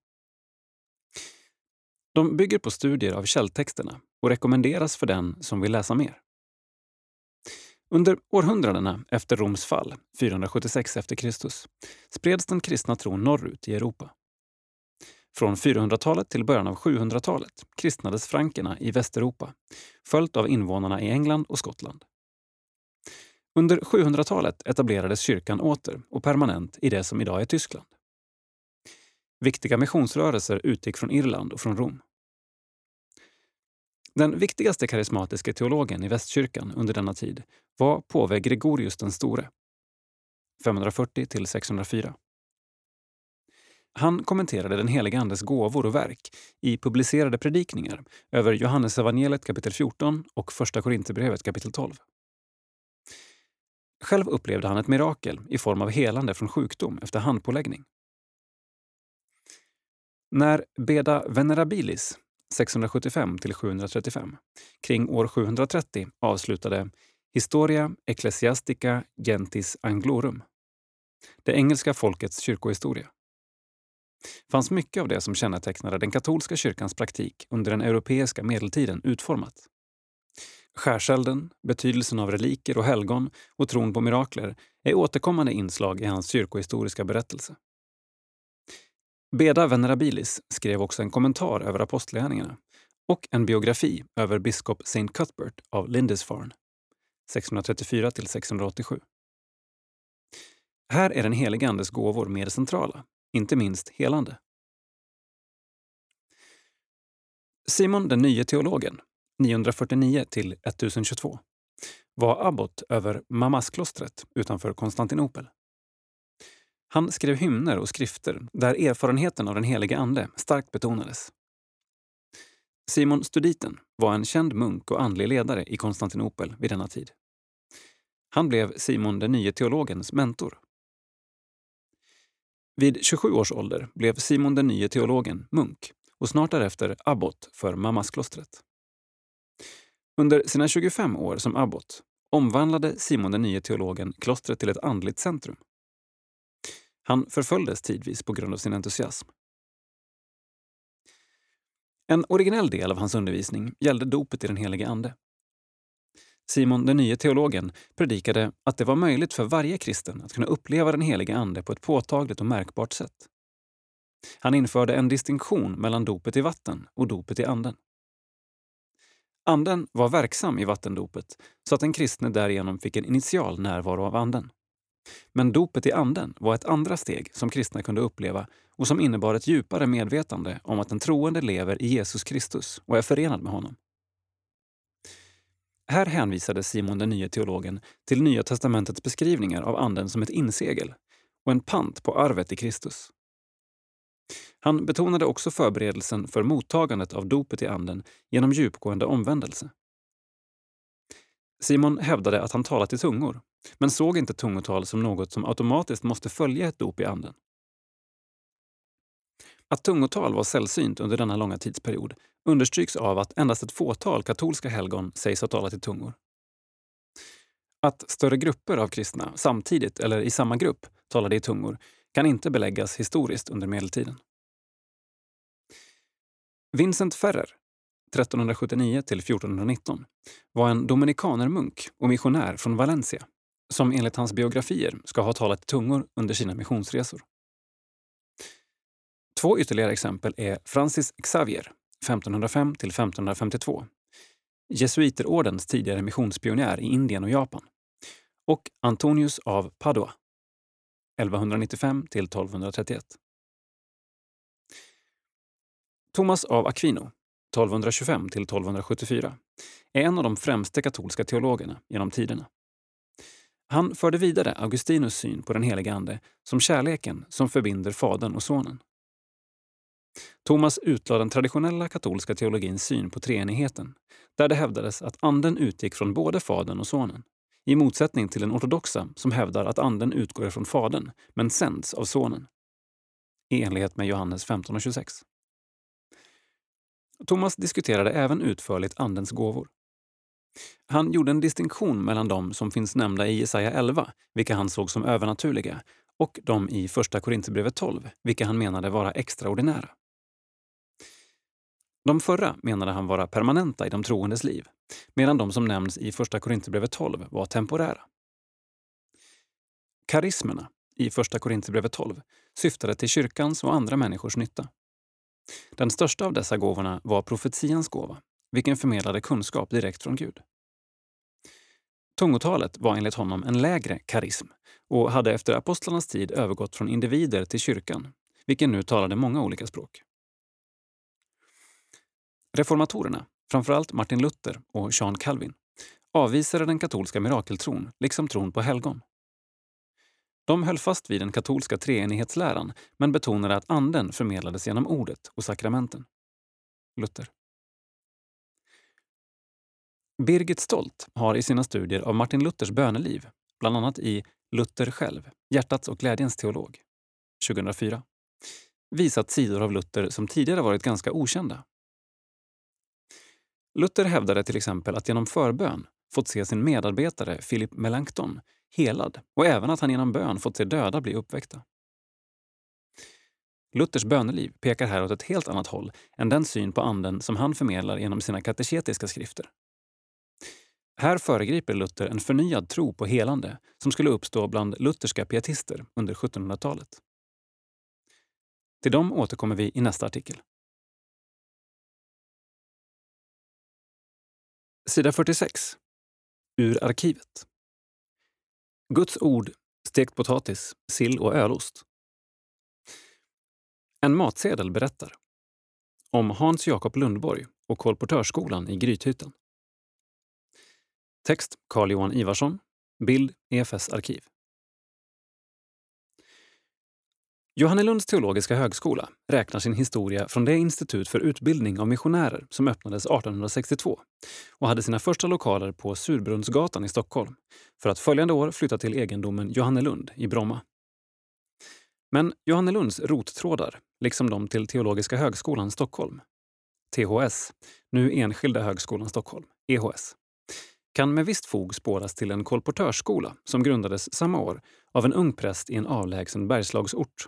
De bygger på studier av källtexterna och rekommenderas för den som vill läsa mer. Under århundradena efter Roms fall, fyrahundrasjuttiosex efter Kristus, spreds den kristna tron norrut i Europa. Från fyrahundratalet till början av sjuhundratalet kristnades frankerna i Västeuropa, följt av invånarna i England och Skottland. Under sjuhundratalet etablerades kyrkan åter och permanent i det som idag är Tyskland. Viktiga missionsrörelser utgick från Irland och från Rom. Den viktigaste karismatiska teologen i västkyrkan under denna tid var påve Gregorius den store, femhundrafyrtio till sexhundrafyra. Han kommenterade den heliga andes gåvor och verk i publicerade predikningar över Johannesevangeliet kapitel fjorton och Första Korinthierbrevet kapitel tolv. Själv upplevde han ett mirakel i form av helande från sjukdom efter handpåläggning. När Beda Venerabilis sexhundrasjuttiofem till sjuhundratrettiofem kring år sjuhundratrettio avslutade Historia Ecclesiastica Gentis Anglorum, det engelska folkets kyrkohistoria, fanns mycket av det som kännetecknade den katolska kyrkans praktik under den europeiska medeltiden utformat. Skärselden, betydelsen av reliker och helgon och tron på mirakler är återkommande inslag i hans kyrkohistoriska berättelse. Beda Venerabilis skrev också en kommentar över apostlagärningarna och en biografi över biskop Saint Cuthbert av Lindisfarne, sexhundratrettiofyra till sexhundraåttiosju. Här är den helige andes gåvor mer centrala, inte minst helande. Simon den nye teologen, niohundrafyrtionio till ettusen tjugotvå, var abbot över Mamasklostret utanför Konstantinopel. Han skrev hymner och skrifter där erfarenheten av den helige ande starkt betonades. Simon Studiten var en känd munk och andlig ledare i Konstantinopel vid denna tid. Han blev Simon den nye teologens mentor. Vid tjugosju års ålder blev Simon den nye teologen munk och snart därefter abbot för Mammasklostret. Under sina tjugofem år som abbot omvandlade Simon den nye teologen klostret till ett andligt centrum. Han förföljdes tidvis på grund av sin entusiasm. En originell del av hans undervisning gällde dopet i den helige ande. Simon den nye teologen predikade att det var möjligt för varje kristen att kunna uppleva den helige ande på ett påtagligt och märkbart sätt. Han införde en distinktion mellan dopet i vatten och dopet i anden. Anden var verksam i vattendopet så att den kristne därigenom fick en initial närvaro av anden. Men dopet i anden var ett andra steg som kristna kunde uppleva och som innebar ett djupare medvetande om att den troende lever i Jesus Kristus och är förenad med honom. Här hänvisade Simon den nye teologen till Nya testamentets beskrivningar av anden som ett insegel och en pant på arvet i Kristus. Han betonade också förberedelsen för mottagandet av dopet i anden genom djupgående omvändelse. Simon hävdade att han talat i tungor, men såg inte tungotal som något som automatiskt måste följa ett dop i anden. Att tungotal var sällsynt under denna långa tidsperiod understryks av att endast ett fåtal katolska helgon sägs ha talat i tungor. Att större grupper av kristna samtidigt eller i samma grupp talade i tungor kan inte beläggas historiskt under medeltiden. Vincent Ferrer, trettonhundrasjuttionio till fjortonhundranitton, var en dominikanermunk och missionär från Valencia som enligt hans biografier ska ha talat i tungor under sina missionsresor. Två ytterligare exempel är Francis Xavier, femtonhundrafem till femtonhundrafemtiotvå, jesuiterordens tidigare missionspionjär i Indien och Japan, och Antonius av Padua, elvahundranittiofem till tolvhundratrettioett. Thomas av Aquino, tolvhundratjugofem till tolvhundrasjuttiofyra, är en av de främsta katolska teologerna genom tiderna. Han förde vidare Augustinus syn på den heliga ande som kärleken som förbinder fadern och sonen. Thomas utlade den traditionella katolska teologins syn på treenigheten, där det hävdades att anden utgick från både fadern och sonen, i motsättning till den ortodoxa som hävdar att anden utgår från fadern men sänds av sonen, i enlighet med Johannes femton och tjugosex. Thomas diskuterade även utförligt andens gåvor. Han gjorde en distinktion mellan dem som finns nämnda i Jesaja elva, vilka han såg som övernaturliga, och de i första Korinthierbrevet tolv, vilka han menade vara extraordinära. De förra menade han vara permanenta i de troendes liv, medan de som nämns i första Korinthierbrevet tolv var temporära. Karismerna i första Korinthierbrevet tolv syftade till kyrkans och andra människors nytta. Den största av dessa gåvorna var profetians gåva, vilken förmedlade kunskap direkt från Gud. Tungotalet var enligt honom en lägre karism och hade efter apostlarnas tid övergått från individer till kyrkan, vilken nu talade många olika språk. Reformatorerna, framförallt Martin Luther och John Calvin, avvisade den katolska mirakeltron liksom tron på helgon. De höll fast vid den katolska treenighetsläran men betonade att anden förmedlades genom ordet och sakramenten. Luther. Birgit Stolt har i sina studier av Martin Luthers böneliv, bland annat i Luther själv, hjärtats och glädjens teolog, tjugohundrafyra, visat sidor av Luther som tidigare varit ganska okända. Luther hävdade till exempel att genom förbön fått se sin medarbetare Philip Melanchthon helad och även att han genom bön fått se döda bli uppväckta. Luthers böneliv pekar här åt ett helt annat håll än den syn på anden som han förmedlar genom sina kateketiska skrifter. Här föregriper Luther en förnyad tro på helande som skulle uppstå bland lutherska pietister under sjuttonhundratalet. Till dem återkommer vi i nästa artikel. Sida fyrtiosex. Ur arkivet. Guds ord, stekt potatis, sill och ölost. En matsedel berättar om Hans Jakob Lundborg och kolportörsskolan i Grythyttan. Text Carl Johan Ivarsson. Bild E F S arkiv. Johannelunds teologiska högskola räknar sin historia från det institut för utbildning av missionärer som öppnades artonhundrasextiotvå och hade sina första lokaler på Surbrunnsgatan i Stockholm för att följande år flytta till egendomen Johannelund i Bromma. Men Johannelunds rottrådar, liksom de till Teologiska högskolan Stockholm, T H S, nu Enskilda högskolan Stockholm, E H S, kan med visst fog spåras till en kolportörsskola som grundades samma år av en ung präst i en avlägsen Bergslagsort.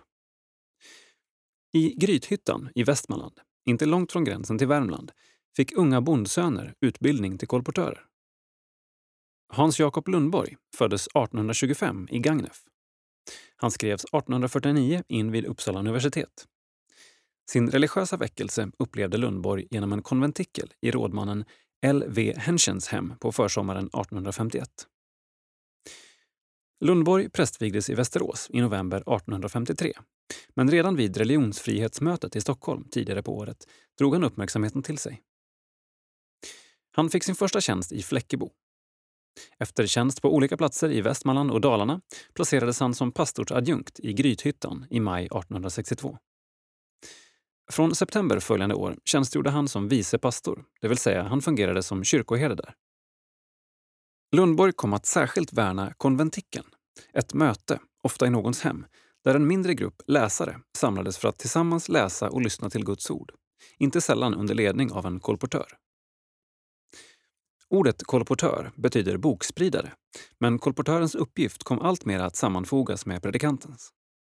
I Grythyttan i Västmanland, inte långt från gränsen till Värmland, fick unga bondsöner utbildning till kolportörer. Hans Jakob Lundborg föddes artonhundratjugofem i Gagnef. Han skrevs artonhundrafyrtionio in vid Uppsala universitet. Sin religiösa väckelse upplevde Lundborg genom en konventikel i rådmannen L V Henschens hem på försommaren artonhundrafemtioett. Lundborg prästvigdes i Västerås i november artonhundrafemtiotre, men redan vid religionsfrihetsmötet i Stockholm tidigare på året drog han uppmärksamheten till sig. Han fick sin första tjänst i Fläckebo. Efter tjänst på olika platser i Västmanland och Dalarna placerades han som pastorsadjunkt i Grythyttan i maj artonhundrasextiotvå. Från september följande år tjänstgjorde han som vice pastor, det vill säga han fungerade som kyrkoherde där. Lundborg kom att särskilt värna konventikeln, ett möte, ofta i någons hem, där en mindre grupp läsare samlades för att tillsammans läsa och lyssna till Guds ord, inte sällan under ledning av en kolportör. Ordet kolportör betyder bokspridare, men kolportörens uppgift kom allt mer att sammanfogas med predikantens.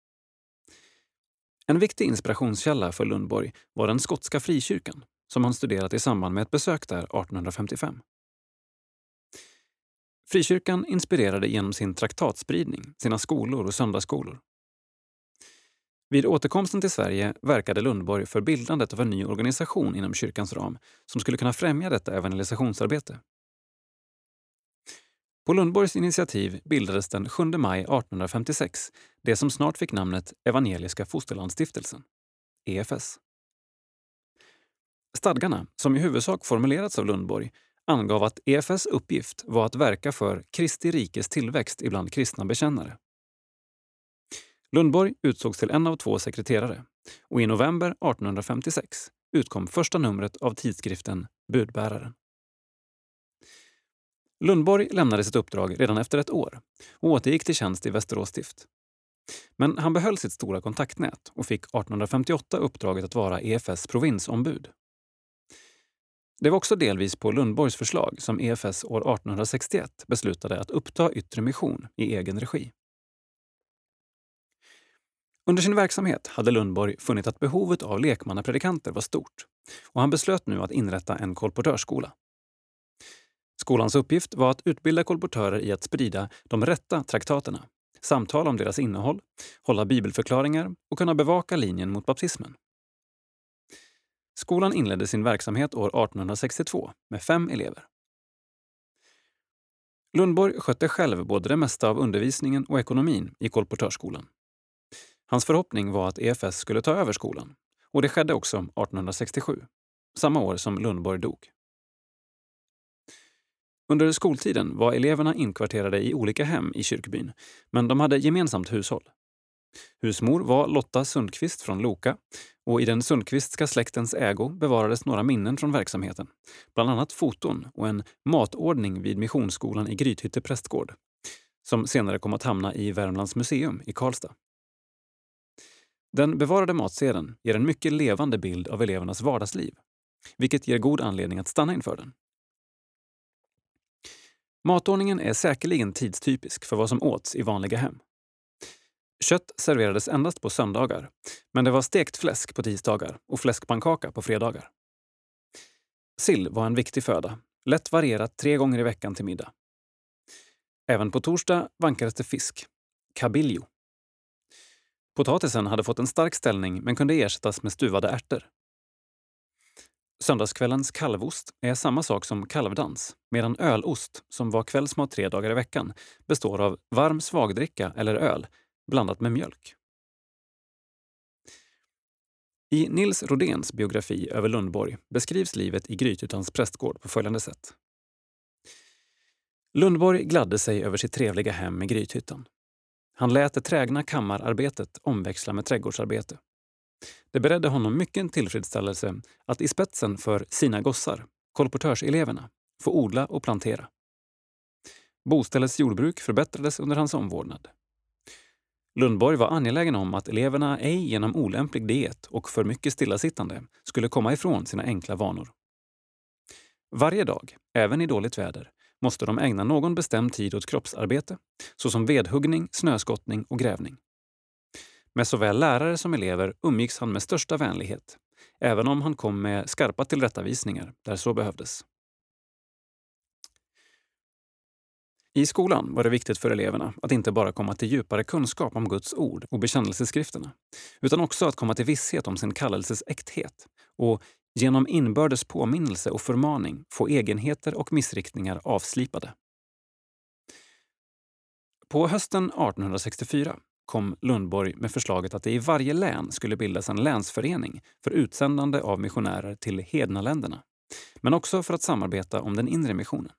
En viktig inspirationskälla för Lundborg var den skotska frikyrkan, som han studerat i samband med ett besök där artonhundrafemtiofem. Frikyrkan inspirerade genom sin traktatspridning, sina skolor och söndagsskolor. Vid återkomsten till Sverige verkade Lundborg för bildandet av en ny organisation inom kyrkans ram som skulle kunna främja detta evangelisationsarbete. På Lundborgs initiativ bildades den sjunde maj artonhundrafemtiosex det som snart fick namnet Evangeliska Fosterlandsstiftelsen, E F S. Stadgarna, som i huvudsak formulerats av Lundborg, angav att E F S uppgift var att verka för Kristi rikes tillväxt ibland kristna bekännare. Lundborg utsågs till en av två sekreterare och i november artonhundrafemtiosex utkom första numret av tidskriften Budbäraren. Lundborg lämnade sitt uppdrag redan efter ett år och återgick till tjänst i Västerås stift. Men han behöll sitt stora kontaktnät och fick artonhundrafemtioåtta uppdraget att vara E F S provinsombud. Det var också delvis på Lundborgs förslag som E F S år artonhundrasextioett beslutade att uppta yttre mission i egen regi. Under sin verksamhet hade Lundborg funnit att behovet av lekmannapredikanter var stort och han beslöt nu att inrätta en kolportörsskola. Skolans uppgift var att utbilda kolportörer i att sprida de rätta traktaterna, samtala om deras innehåll, hålla bibelförklaringar och kunna bevaka linjen mot baptismen. Skolan inledde sin verksamhet år artonhundrasextiotvå med fem elever. Lundborg skötte själv både det mesta av undervisningen och ekonomin i kolportörsskolan. Hans förhoppning var att E F S skulle ta över skolan, och det skedde också artonhundrasextiosju, samma år som Lundborg dog. Under skoltiden var eleverna inkvarterade i olika hem i kyrkbyn, men de hade gemensamt hushåll. Husmor var Lotta Sundqvist från Loka och i den Sundqvistska släktens ägo bevarades några minnen från verksamheten, bland annat foton och en matordning vid Missionsskolan i Grythytte prästgård, som senare kom att hamna i Värmlands museum i Karlstad. Den bevarade matsedeln ger en mycket levande bild av elevernas vardagsliv, vilket ger god anledning att stanna inför den. Matordningen är säkerligen tidstypisk för vad som åts i vanliga hem. Kött serverades endast på söndagar, men det var stekt fläsk på tisdagar och fläskpannkaka på fredagar. Sill var en viktig föda, lätt varierat tre gånger i veckan till middag. Även på torsdag vankades det fisk, cabiglio. Potatisen hade fått en stark ställning men kunde ersättas med stuvade ärtor. Söndagskvällens kalvost är samma sak som kalvdans, medan ölost, som var kvällsmat tre dagar i veckan, består av varm svagdricka eller öl blandat med mjölk. I Nils Rodéns biografi över Lundborg beskrivs livet i Grythyttans prästgård på följande sätt. Lundborg gladde sig över sitt trevliga hem i Grythyttan. Han lät det trägna kammararbetet omväxla med trädgårdsarbete. Det beredde honom mycken tillfredsställelse att i spetsen för sina gossar, kolportörseleverna, få odla och plantera. Boställets jordbruk förbättrades under hans omvårdnad. Lundborg var angelägen om att eleverna ej genom olämplig diet och för mycket stillasittande skulle komma ifrån sina enkla vanor. Varje dag, även i dåligt väder, måste de ägna någon bestämd tid åt kroppsarbete, såsom vedhuggning, snöskottning och grävning. Med såväl lärare som elever umgicks han med största vänlighet, även om han kom med skarpa tillrättavisningar där så behövdes. I skolan var det viktigt för eleverna att inte bara komma till djupare kunskap om Guds ord och bekännelseskrifterna, utan också att komma till visshet om sin kallelses äkthet och genom inbördes påminnelse och förmaning få egenheter och missriktningar avslipade. På hösten artonhundrasextiofyra kom Lundborg med förslaget att det i varje län skulle bildas en länsförening för utsändande av missionärer till hednaländerna, men också för att samarbeta om den inre missionen.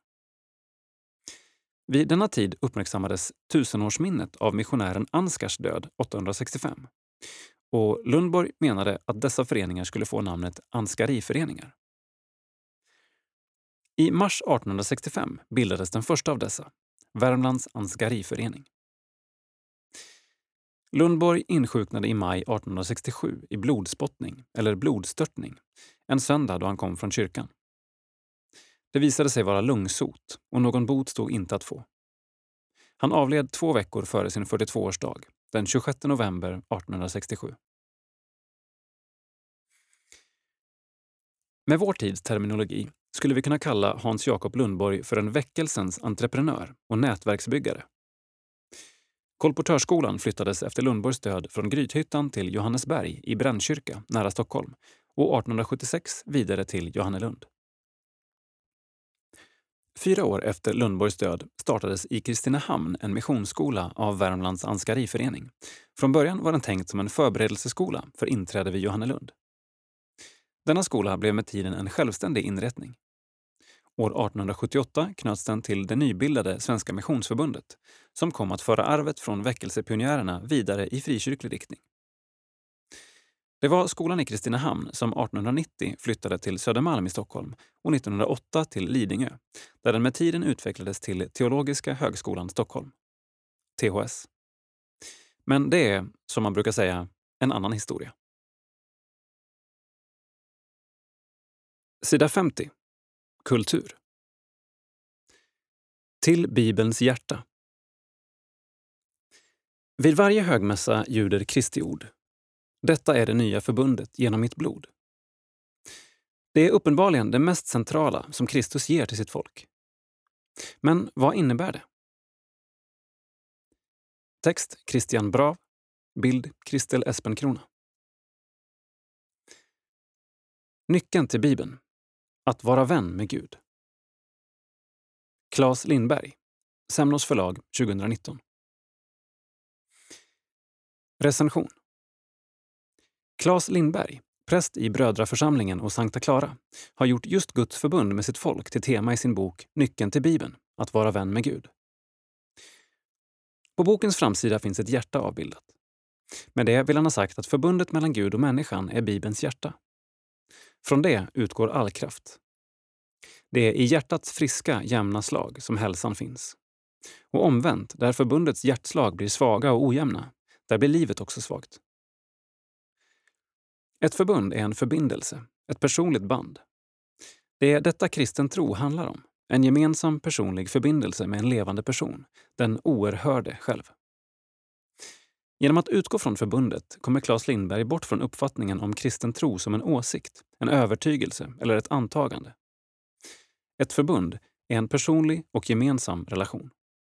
Vid denna tid uppmärksammades tusenårsminnet av missionären Ansgars död åttahundrasextiofem. Och Lundborg menade att dessa föreningar skulle få namnet Ansgariföreningar. I mars artonhundrasextiofem bildades den första av dessa, Värmlands Ansgariförening. Lundborg insjuknade i maj artonhundrasextiosju i blodspottning eller blodstörtning, en söndag då han kom från kyrkan. Det visade sig vara lungsot och någon bot stod inte att få. Han avled två veckor före sin fyrtiotvåårsdag, den tjugosjätte november artonhundrasextiosju. Med vår tids terminologi skulle vi kunna kalla Hans Jakob Lundborg för en väckelsens entreprenör och nätverksbyggare. Kolportörsskolan flyttades efter Lundborgs död från Grythyttan till Johannesberg i Brännkyrka nära Stockholm och artonhundrasjuttiosex vidare till Johannelund. Fyra år efter Lundborgs död startades i Kristinehamn en missionsskola av Värmlands Ansgariförening. Från början var den tänkt som en förberedelseskola för inträde vid Johannelund. Denna skola blev med tiden en självständig inrättning. År artonhundrasjuttioåtta knöts den till det nybildade Svenska Missionsförbundet som kom att föra arvet från väckelsepionjärerna vidare i frikyrklig riktning. Det var skolan i Kristinehamn som artonhundranittio flyttade till Södermalm i Stockholm och nittonhundraåtta till Lidingö, där den med tiden utvecklades till Teologiska högskolan Stockholm, T H S. Men det är, som man brukar säga, en annan historia. Sida femtio. Kultur. Till Bibelns hjärta. Vid varje högmässa ljuder Kristi ord. Detta är det nya förbundet genom mitt blod. Det är uppenbarligen det mest centrala som Kristus ger till sitt folk. Men vad innebär det? Text Christian Brav, bild Kristel Espenkrona. Nyckeln till Bibeln. Att vara vän med Gud. Claes Lindberg, Semnos förlag tjugonitton. Recension. Claes Lindberg, präst i Brödraförsamlingen och Sankta Clara, har gjort just Guds förbund med sitt folk till tema i sin bok Nyckeln till Bibeln, att vara vän med Gud. På bokens framsida finns ett hjärta avbildat. Med det vill han ha sagt att förbundet mellan Gud och människan är Bibelns hjärta. Från det utgår all kraft. Det är i hjärtats friska, jämna slag som hälsan finns. Och omvänt, där förbundets hjärtslag blir svaga och ojämna, där blir livet också svagt. Ett förbund är en förbindelse, ett personligt band. Det är detta kristen tro handlar om, en gemensam personlig förbindelse med en levande person, den oerhörde själv. Genom att utgå från förbundet kommer Claes Lindberg bort från uppfattningen om kristen tro som en åsikt, en övertygelse eller ett antagande. Ett förbund är en personlig och gemensam relation.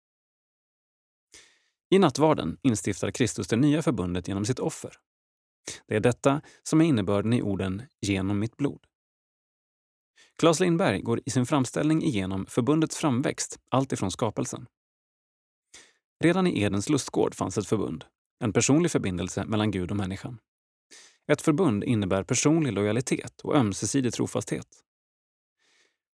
I nattvarden instiftar Kristus det nya förbundet genom sitt offer. Det är detta som är innebörden i orden genom mitt blod. Claes Lindberg går i sin framställning igenom förbundets framväxt allt ifrån skapelsen. Redan i Edens lustgård fanns ett förbund, en personlig förbindelse mellan Gud och människan. Ett förbund innebär personlig lojalitet och ömsesidig trofasthet.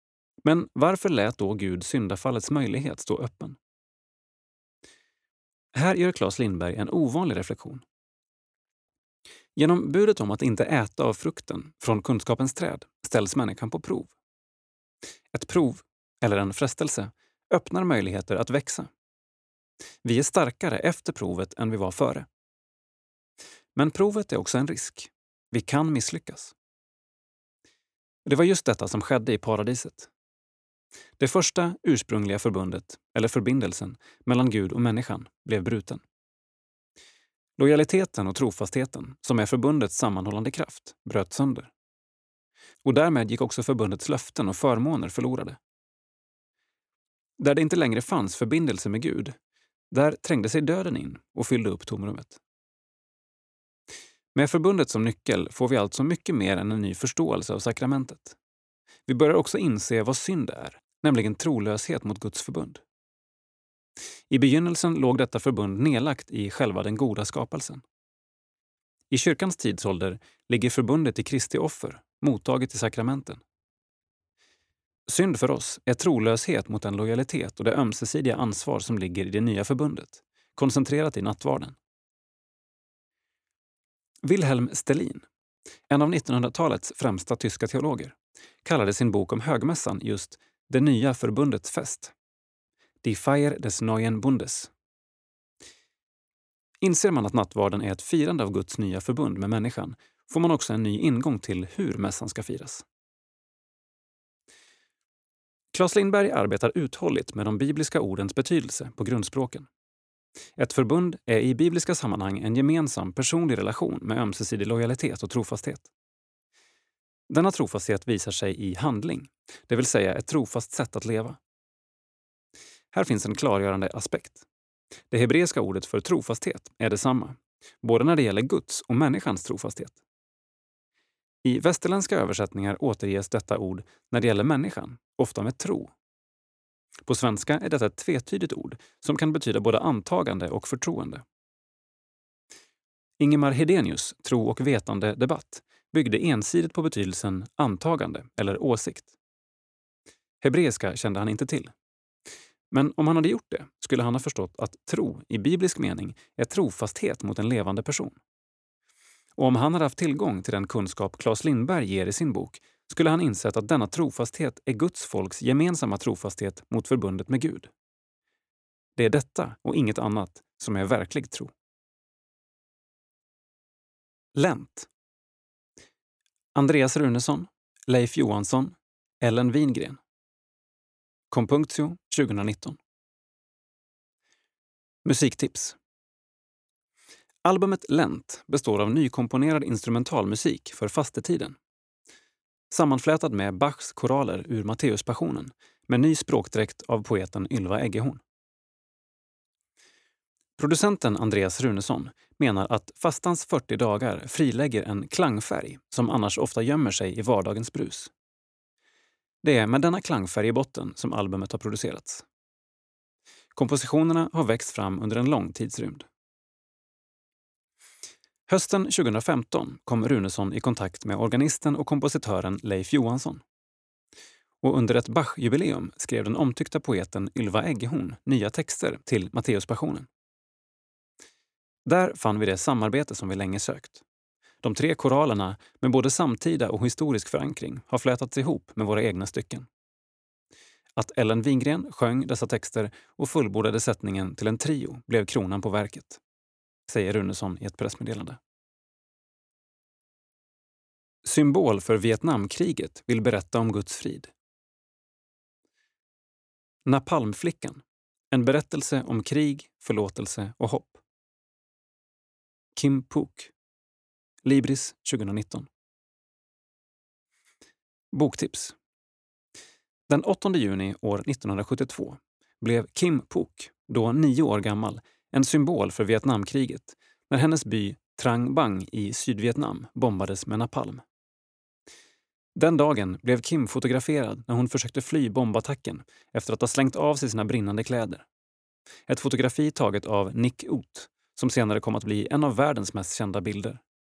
Men varför lät då Gud syndafallets möjlighet stå öppen? Här gör Claes Lindberg en ovanlig reflektion. Genom budet om att inte äta av frukten från kunskapens träd ställs människan på prov. Ett prov, eller en frestelse, öppnar möjligheter att växa. Vi är starkare efter provet än vi var före. Men provet är också en risk. Vi kan misslyckas. Det var just detta som skedde i paradiset. Det första ursprungliga förbundet, eller förbindelsen, mellan Gud och människan blev bruten. Lojaliteten och trofastheten, som är förbundets sammanhållande kraft, bröt sönder. Och därmed gick också förbundets löften och förmåner förlorade. Där det inte längre fanns förbindelse med Gud, där trängde sig döden in och fyllde upp tomrummet. Med förbundet som nyckel får vi alltså mycket mer än en ny förståelse av sakramentet. Vi börjar också inse vad synd är, nämligen trolöshet mot Guds förbund. I begynnelsen låg detta förbund nedlagt i själva den goda skapelsen. I kyrkans tidsålder ligger förbundet i Kristi offer, mottaget i sakramenten. Synd för oss är trolöshet mot den lojalitet och det ömsesidiga ansvar som ligger i det nya förbundet, koncentrerat i nattvarden. Wilhelm Stellin, en av nittonhundratalets främsta tyska teologer, kallade sin bok om högmässan just Det nya förbundets fest. Die Feier des neuen Bundes. Inser man att nattvarden är ett firande av Guds nya förbund med människan får man också en ny ingång till hur mässan ska firas. Claes Lindberg arbetar uthålligt med de bibliska ordens betydelse på grundspråken. Ett förbund är i bibliska sammanhang en gemensam personlig relation med ömsesidig lojalitet och trofasthet. Denna trofasthet visar sig i handling, det vill säga ett trofast sätt att leva. Här finns en klargörande aspekt. Det hebreiska ordet för trofasthet är detsamma, både när det gäller Guds och människans trofasthet. I västerländska översättningar återges detta ord när det gäller människan, ofta med tro. På svenska är detta ett tvetydigt ord som kan betyda både antagande och förtroende. Ingemar Hedenius tro- och vetande debatt byggde ensidigt på betydelsen antagande eller åsikt. Hebreiska kände han inte till. Men om han hade gjort det skulle han ha förstått att tro i biblisk mening är trofasthet mot en levande person. Och om han hade haft tillgång till den kunskap Claes Lindberg ger i sin bok skulle han insett att denna trofasthet är Guds folks gemensamma trofasthet mot förbundet med Gud. Det är detta och inget annat som är verklig tro. Lent. Andreas Runesson, Leif Johansson, Ellen Wingren. Compunktio tjugonitton. Musiktips. Albumet Lent består av nykomponerad instrumentalmusik för fastetiden. Sammanflätad med Bachs koraler ur Matteuspassionen med ny språkdräkt av poeten Ylva Eggehorn. Producenten Andreas Runesson menar att fastans fyrtio dagar frilägger en klangfärg som annars ofta gömmer sig i vardagens brus. Det är med denna klangfärg i botten som albumet har producerats. Kompositionerna har växt fram under en lång tidsrymd. Hösten tjugohundrafemton kom Runesson i kontakt med organisten och kompositören Leif Johansson. Och under ett Bach-jubileum skrev den omtyckta poeten Ylva Eggehorn nya texter till Matteuspassionen. Där fann vi det samarbete som vi länge sökt. De tre koralerna med både samtida och historisk förankring har flätats ihop med våra egna stycken. Att Ellen Wingren sjöng dessa texter och fullbordade sättningen till en trio blev kronan på verket, säger Runesson i ett pressmeddelande. Symbol för Vietnamkriget vill berätta om Guds frid. Napalmflickan. En berättelse om krig, förlåtelse och hopp. Kim Puk. Libris tjugonitton. Boktips. Den åttonde juni år nittonhundrasjuttiotvå blev Kim Puk, då nio år gammal, en symbol för Vietnamkriget när hennes by Trang Bang i Sydvietnam bombades med napalm. Den dagen blev Kim fotograferad när hon försökte fly bombattacken efter att ha slängt av sig sina brinnande kläder. Ett fotografi taget av Nick Oot, som senare kom att bli en av världens mest kända bilder.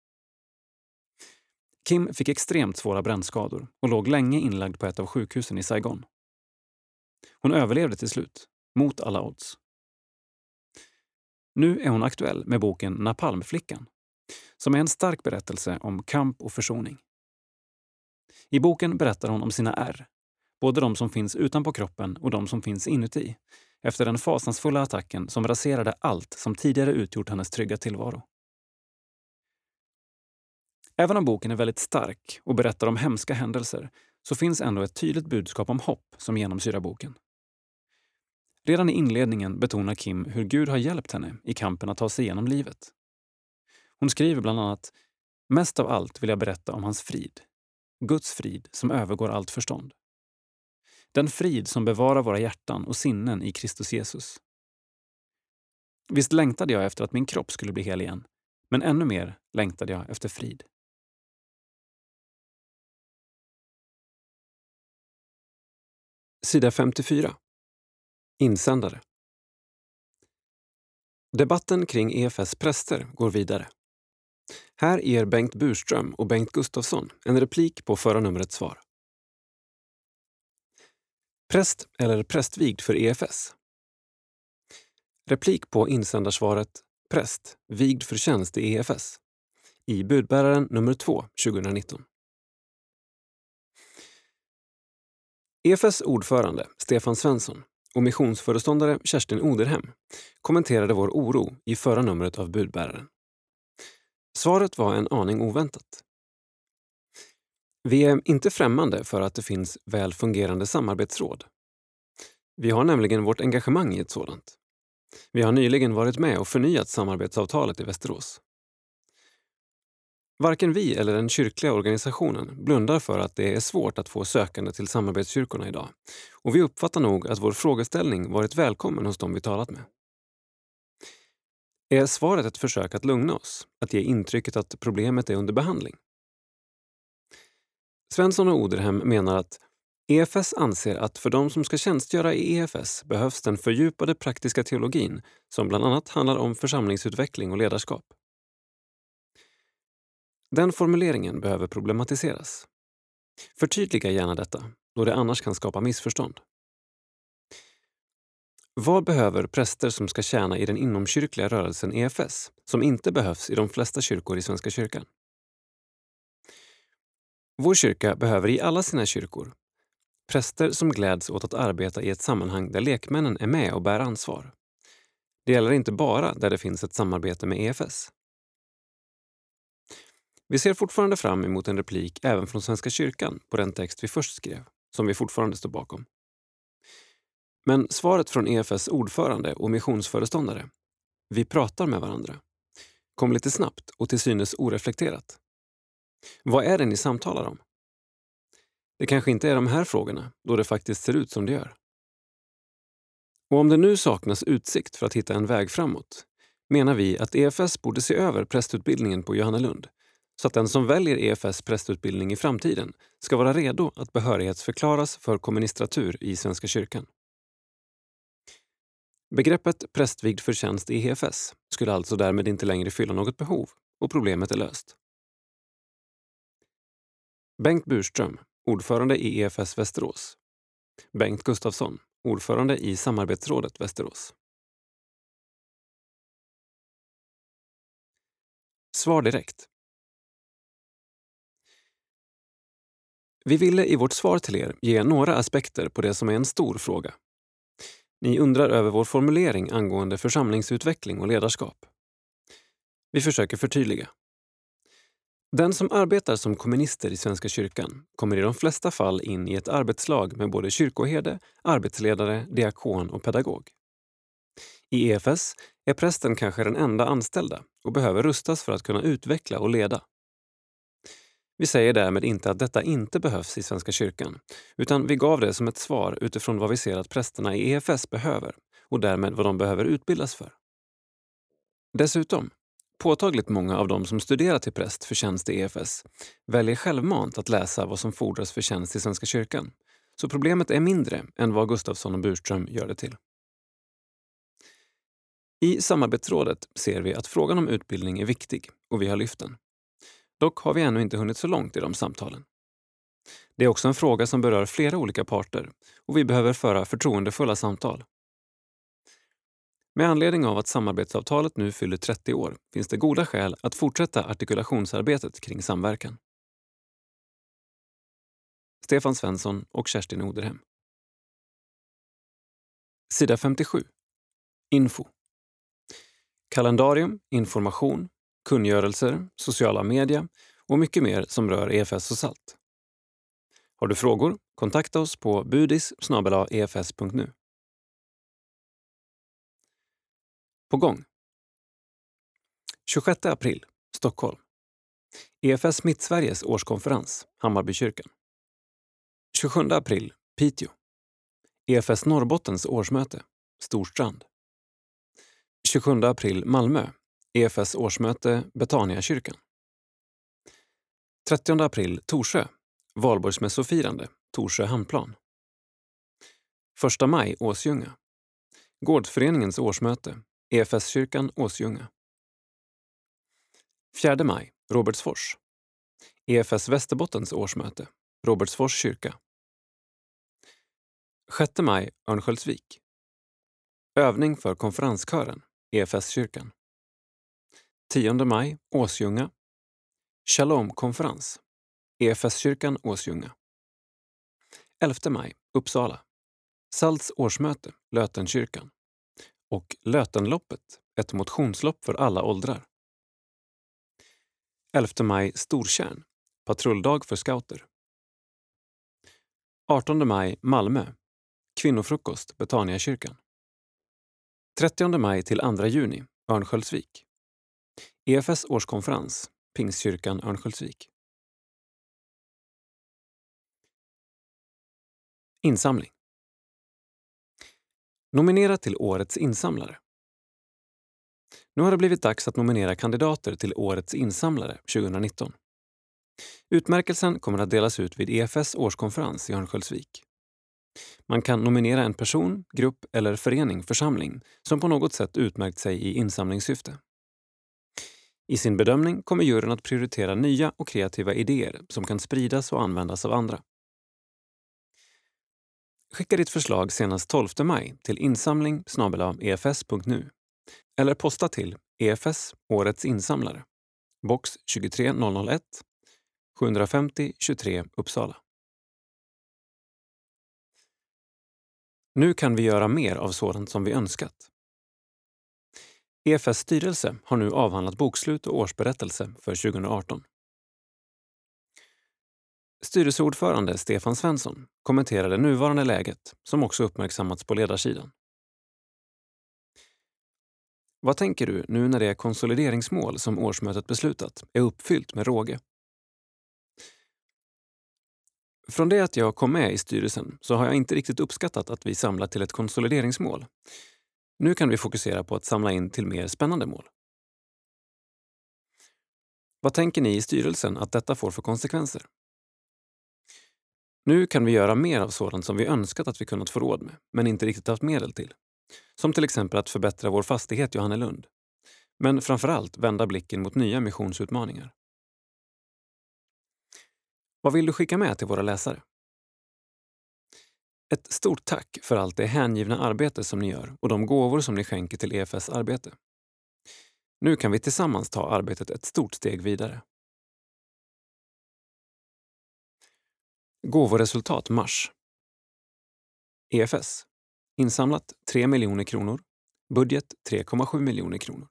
Kim fick extremt svåra brännskador och låg länge inlagd på ett av sjukhusen i Saigon. Hon överlevde till slut, mot alla odds. Nu är hon aktuell med boken Napalmflickan, som är en stark berättelse om kamp och försoning. I boken berättar hon om sina ärr, både de som finns utanpå kroppen och de som finns inuti, efter den fasansfulla attacken som raserade allt som tidigare utgjort hennes trygga tillvaro. Även om boken är väldigt stark och berättar om hemska händelser så finns ändå ett tydligt budskap om hopp som genomsyrar boken. Redan i inledningen betonar Kim hur Gud har hjälpt henne i kampen att ta sig igenom livet. Hon skriver bland annat: "Mest av allt vill jag berätta om hans frid. Guds frid som övergår allt förstånd. Den frid som bevarar våra hjärtan och sinnen i Kristus Jesus. Visst längtade jag efter att min kropp skulle bli hel igen, men ännu mer längtade jag efter frid." Sida femtiofyra. Insändare. Debatten kring E F S präster går vidare. Här ger Bengt Burström och Bengt Gustafsson en replik på förra numrets svar. Präst eller prästvigd för E F S? Replik på insändarsvaret präst, vigd för tjänst i E F S i budbäraren nummer två tjugonitton. E F S ordförande Stefan Svensson och missionsföreståndare Kerstin Oderhem kommenterade vår oro i förra numret av budbäraren. Svaret var en aning oväntat. Vi är inte främmande för att det finns väl fungerande samarbetsråd. Vi har nämligen vårt engagemang i ett sådant. Vi har nyligen varit med och förnyat samarbetsavtalet i Västerås. Varken vi eller den kyrkliga organisationen blundar för att det är svårt att få sökande till samarbetskyrkorna idag, och vi uppfattar nog att vår frågeställning varit välkommen hos dem vi talat med. Är svaret ett försök att lugna oss, att ge intrycket att problemet är under behandling? Svensson och Oderhem menar att E F S anser att för de som ska tjänstgöra i E F S behövs den fördjupade praktiska teologin som bland annat handlar om församlingsutveckling och ledarskap. Den formuleringen behöver problematiseras. Förtydliga gärna detta, då det annars kan skapa missförstånd. Vad behöver präster som ska tjäna i den inomkyrkliga rörelsen E F S som inte behövs i de flesta kyrkor i Svenska kyrkan? Vår kyrka behöver i alla sina kyrkor präster som gläds åt att arbeta i ett sammanhang där lekmännen är med och bär ansvar. Det gäller inte bara där det finns ett samarbete med E F S. Vi ser fortfarande fram emot en replik även från Svenska kyrkan på den text vi först skrev, som vi fortfarande står bakom. Men svaret från E F S ordförande och missionsföreståndare, vi pratar med varandra, kom lite snabbt och till synes oreflekterat. Vad är det ni samtalar om? Det kanske inte är de här frågorna, då det faktiskt ser ut som det gör. Och om det nu saknas utsikt för att hitta en väg framåt, menar vi att E F S borde se över prästutbildningen på Johannelund, så att den som väljer E F S prästutbildning i framtiden ska vara redo att behörighetsförklaras för komministratur i Svenska kyrkan. Begreppet prästvigd för tjänst i E F S skulle alltså därmed inte längre fylla något behov och problemet är löst. Bengt Burström, ordförande i E F S Västerås. Bengt Gustafsson, ordförande i Samarbetsrådet Västerås. Svar direkt. Vi ville i vårt svar till er ge några aspekter på det som är en stor fråga. Ni undrar över vår formulering angående församlingsutveckling och ledarskap. Vi försöker förtydliga. Den som arbetar som komminister i Svenska kyrkan kommer i de flesta fall in i ett arbetslag med både kyrkoherde, arbetsledare, diakon och pedagog. I E F S är prästen kanske den enda anställda och behöver rustas för att kunna utveckla och leda. Vi säger därmed inte att detta inte behövs i Svenska kyrkan, utan vi gav det som ett svar utifrån vad vi ser att prästerna i E F S behöver och därmed vad de behöver utbildas för. Dessutom, påtagligt många av de som studerar till präst för tjänst i E F S väljer självmant att läsa vad som fordras för tjänst i Svenska kyrkan, så problemet är mindre än vad Gustafsson och Burström gör det till. I samarbetsrådet ser vi att frågan om utbildning är viktig och vi har lyft den. Dock har vi ännu inte hunnit så långt i de samtalen. Det är också en fråga som berör flera olika parter och vi behöver föra förtroendefulla samtal. Med anledning av att samarbetsavtalet nu fyller trettio år finns det goda skäl att fortsätta artikulationsarbetet kring samverkan. Stefan Svensson och Kerstin Oderhem. Sida femtiosju. Info. Kalendarium, information, kungörelser, sociala media och mycket mer som rör E F S och SALT. Har du frågor? Kontakta oss på budis snabel-a e f s punkt nu. På gång. tjugosjätte april, Stockholm. E F S Mittsveriges årskonferens, Hammarbykyrkan. tjugosjunde april, Piteå. E F S Norrbottens årsmöte, Storstrand. tjugosjunde april, Malmö. E F S årsmöte, Betaniakyrkan. trettionde april, Torsö. Valborgsmässofirande, Torsö hamnplan. första maj, Åsljunga. Gårdsföreningens årsmöte, E F S-kyrkan Åsljunga. fjärde maj, Robertsfors. E F S Västerbottens årsmöte, Robertsfors kyrka. sjätte maj, Örnsköldsvik. Övning för konferenskören, E F S-kyrkan. tionde maj, Åsljunga. Shalom-konferens, E F S-kyrkan Åsljunga. elfte maj, Uppsala. Salts årsmöte, Lötenkyrkan. Och Lötenloppet, ett motionslopp för alla åldrar. elfte maj, Stortjärn. Patrulldag för scouter. artonde maj, Malmö. Kvinnofrukost, Betaniakyrkan. trettionde maj till andra juni, Örnsköldsvik. E F S årskonferens, Pingstkyrkan Örnsköldsvik. Insamling. Nominera till årets insamlare. Nu har det blivit dags att nominera kandidater till årets insamlare tjugonitton. Utmärkelsen kommer att delas ut vid E F S årskonferens i Örnsköldsvik. Man kan nominera en person, grupp eller förening, församling som på något sätt utmärkt sig i insamlingssyfte. I sin bedömning kommer juryn att prioritera nya och kreativa idéer som kan spridas och användas av andra. Skicka ditt förslag senast tolfte maj till insamling snabel-a e f s punkt nu eller posta till E F S Årets insamlare, box tjugotre noll noll ett, sjuhundrafemtio tjugotre Uppsala. Nu kan vi göra mer av sådant som vi önskat. E F S styrelse har nu avhandlat bokslut och årsberättelse för tjugoarton. Styrelseordförande Stefan Svensson kommenterar det nuvarande läget som också uppmärksammats på ledarsidan. Vad tänker du nu när det konsolideringsmål som årsmötet beslutat är uppfyllt med råge? Från det att jag kom med i styrelsen så har jag inte riktigt uppskattat att vi samlat till ett konsolideringsmål. Nu kan vi fokusera på att samla in till mer spännande mål. Vad tänker ni i styrelsen att detta får för konsekvenser? Nu kan vi göra mer av sådant som vi önskat att vi kunnat få råd med, men inte riktigt haft medel till. Som till exempel att förbättra vår fastighet Johannelund. Men framförallt vända blicken mot nya missionsutmaningar. Vad vill du skicka med till våra läsare? Ett stort tack för allt det hängivna arbete som ni gör och de gåvor som ni skänker till E F S arbete. Nu kan vi tillsammans ta arbetet ett stort steg vidare. Gåvoresultat mars. E F S. Insamlat tre miljoner kronor. Budget tre komma sju miljoner kronor.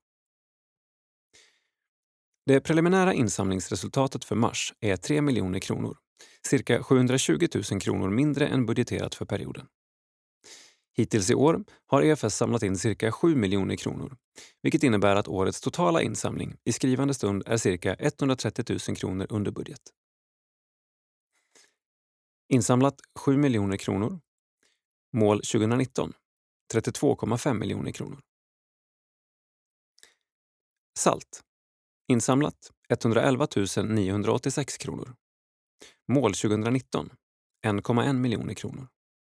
Det preliminära insamlingsresultatet för mars är tre miljoner kronor, cirka sjuhundratjugo tusen kronor mindre än budgeterat för perioden. Hittills i år har E F S samlat in cirka sju miljoner kronor, vilket innebär att årets totala insamling i skrivande stund är cirka etthundratrettio tusen kronor under budget. Insamlat sju miljoner kronor. Mål tjugonitton, trettiotvå komma fem miljoner kronor. SALT. Insamlat etthundraelva tusen niohundraåttiosex kronor. Mål tjugonitton, en komma en miljoner kronor.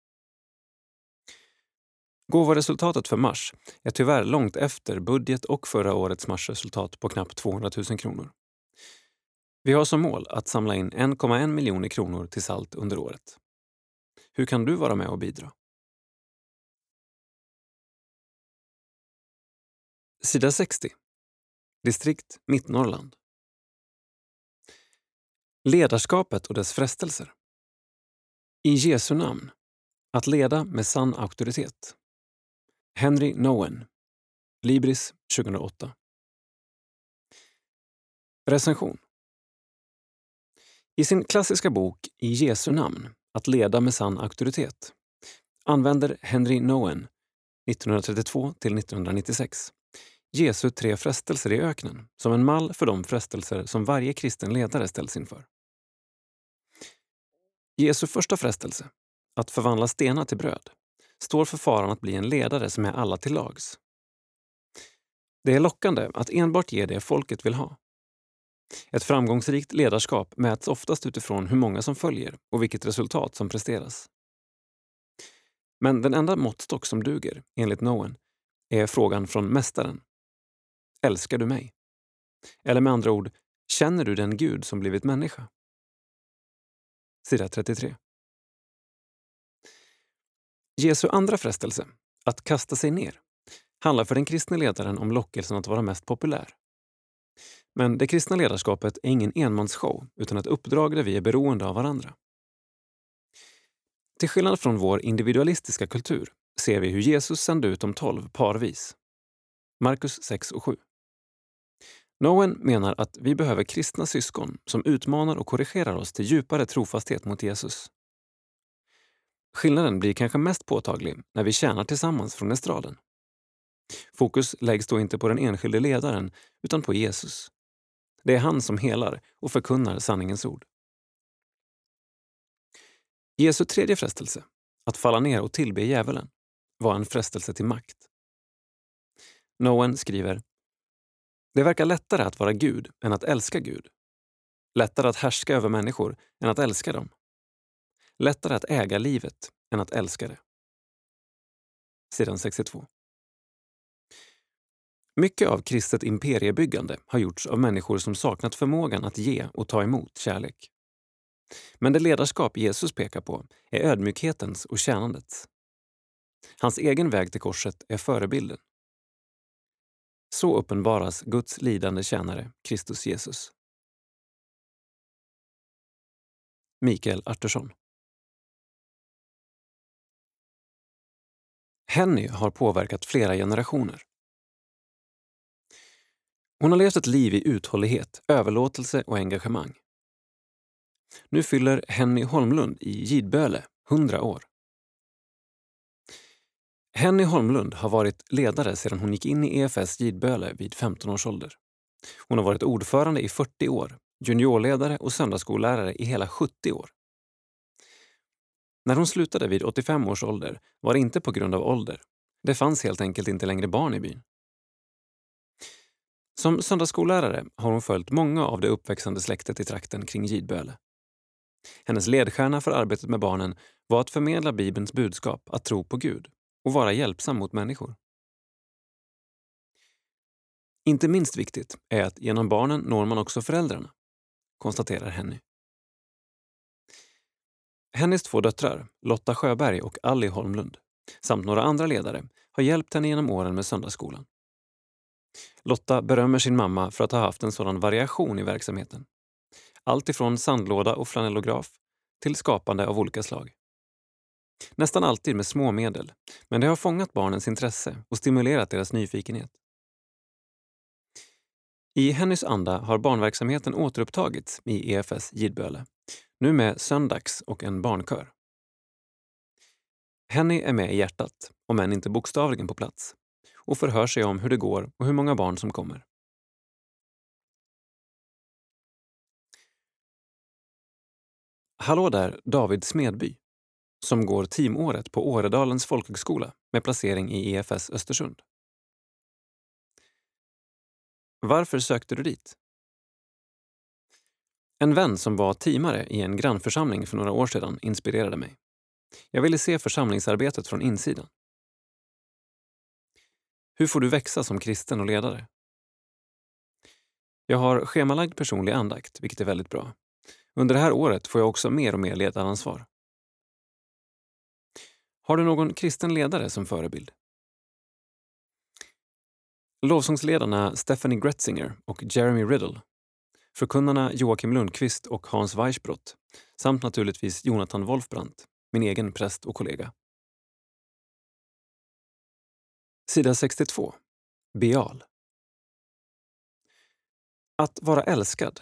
Gåvoresultatet för mars är tyvärr långt efter budget och förra årets marsresultat på knappt tvåhundratusen kronor. Vi har som mål att samla in en komma en miljoner kronor till SALT under året. Hur kan du vara med och bidra? Sida sextio. Distrikt Mittnorrland. Ledarskapet och dess frestelser. I Jesu namn. Att leda med sann auktoritet. Henry Nouwen. Libris tjugohundraåtta. Recension. I sin klassiska bok I Jesu namn, att leda med sann auktoritet, använder Henry Nouwen nittonhundratrettiotvå till nittonhundranittiosex Jesu tre frestelser i öknen som en mall för de frestelser som varje kristen ledare ställs inför. Jesu första frestelse, att förvandla stenar till bröd, står för faran att bli en ledare som är alla till lags. Det är lockande att enbart ge det folket vill ha. Ett framgångsrikt ledarskap mäts oftast utifrån hur många som följer och vilket resultat som presteras. Men den enda måttstock som duger, enligt Nouwen, är frågan från mästaren. Älskar du mig? Eller med andra ord, känner du den Gud som blivit människa? Sida trettiotre. Jesu andra frestelse, att kasta sig ner, handlar för den kristna ledaren om lockelsen att vara mest populär. Men det kristna ledarskapet är ingen enmansshow utan ett uppdrag där vi är beroende av varandra. Till skillnad från vår individualistiska kultur ser vi hur Jesus sände ut de tolv parvis. Markus sex och sju. Nouwen menar att vi behöver kristna syskon som utmanar och korrigerar oss till djupare trofasthet mot Jesus. Skillnaden blir kanske mest påtaglig när vi tjänar tillsammans från estraden. Fokus läggs då inte på den enskilde ledaren utan på Jesus. Det är han som helar och förkunnar sanningens ord. Jesu tredje frestelse, att falla ner och tillbe djävulen, var en frestelse till makt. Nouwen skriver: Det verkar lättare att vara Gud än att älska Gud. Lättare att härska över människor än att älska dem. Lättare att äga livet än att älska det. Sidan sextiotvå. Mycket av kristet imperiebyggande har gjorts av människor som saknat förmågan att ge och ta emot kärlek. Men det ledarskap Jesus pekar på är ödmjukhetens och tjänandets. Hans egen väg till korset är förebilden. Så uppenbaras Guds lidande tjänare, Kristus Jesus. Mikael Artursson. Henny har påverkat flera generationer. Hon har levt ett liv i uthållighet, överlåtelse och engagemang. Nu fyller Henny Holmlund i Gidböle hundra år. Henny Holmlund har varit ledare sedan hon gick in i E F S Gidböle vid femton års ålder. Hon har varit ordförande i fyrtio år, juniorledare och söndagsskollärare i hela sjuttio år. När hon slutade vid åttiofem års ålder var det inte på grund av ålder. Det fanns helt enkelt inte längre barn i byn. Som söndagsskollärare har hon följt många av det uppväxande släktet i trakten kring Gidböle. Hennes ledstjärna för arbetet med barnen var att förmedla Bibelns budskap att tro på Gud och vara hjälpsam mot människor. Inte minst viktigt är att genom barnen når man också föräldrarna, konstaterar Henny. Hennes två döttrar, Lotta Sjöberg och Alli Holmlund, samt några andra ledare, har hjälpt henne genom åren med söndagsskolan. Lotta berömmer sin mamma för att ha haft en sådan variation i verksamheten. Allt ifrån sandlåda och flanellograf till skapande av olika slag. Nästan alltid med små medel, men det har fångat barnens intresse och stimulerat deras nyfikenhet. I Hennys anda har barnverksamheten återupptagits i E F S Gidböle, nu med söndags och en barnkör. Henny är med i hjärtat, om än inte bokstavligen på plats, och förhör sig om hur det går och hur många barn som kommer. Hallå där, David Smedby, som går teamåret på Åredalens folkhögskola med placering i E F S Östersund. Varför sökte du dit? En vän som var teamare i en grannförsamling för några år sedan inspirerade mig. Jag ville se församlingsarbetet från insidan. Hur får du växa som kristen och ledare? Jag har schemalagd personlig andakt, vilket är väldigt bra. Under det här året får jag också mer och mer ledaransvar. Har du någon kristen ledare som förebild? Lovsångsledarna Stephanie Gretzinger och Jeremy Riddle, förkunnarna Joakim Lundqvist och Hans Weissbrott samt naturligtvis Jonathan Wolfbrandt, min egen präst och kollega. Sida sextiotvå. Beal. Att vara älskad.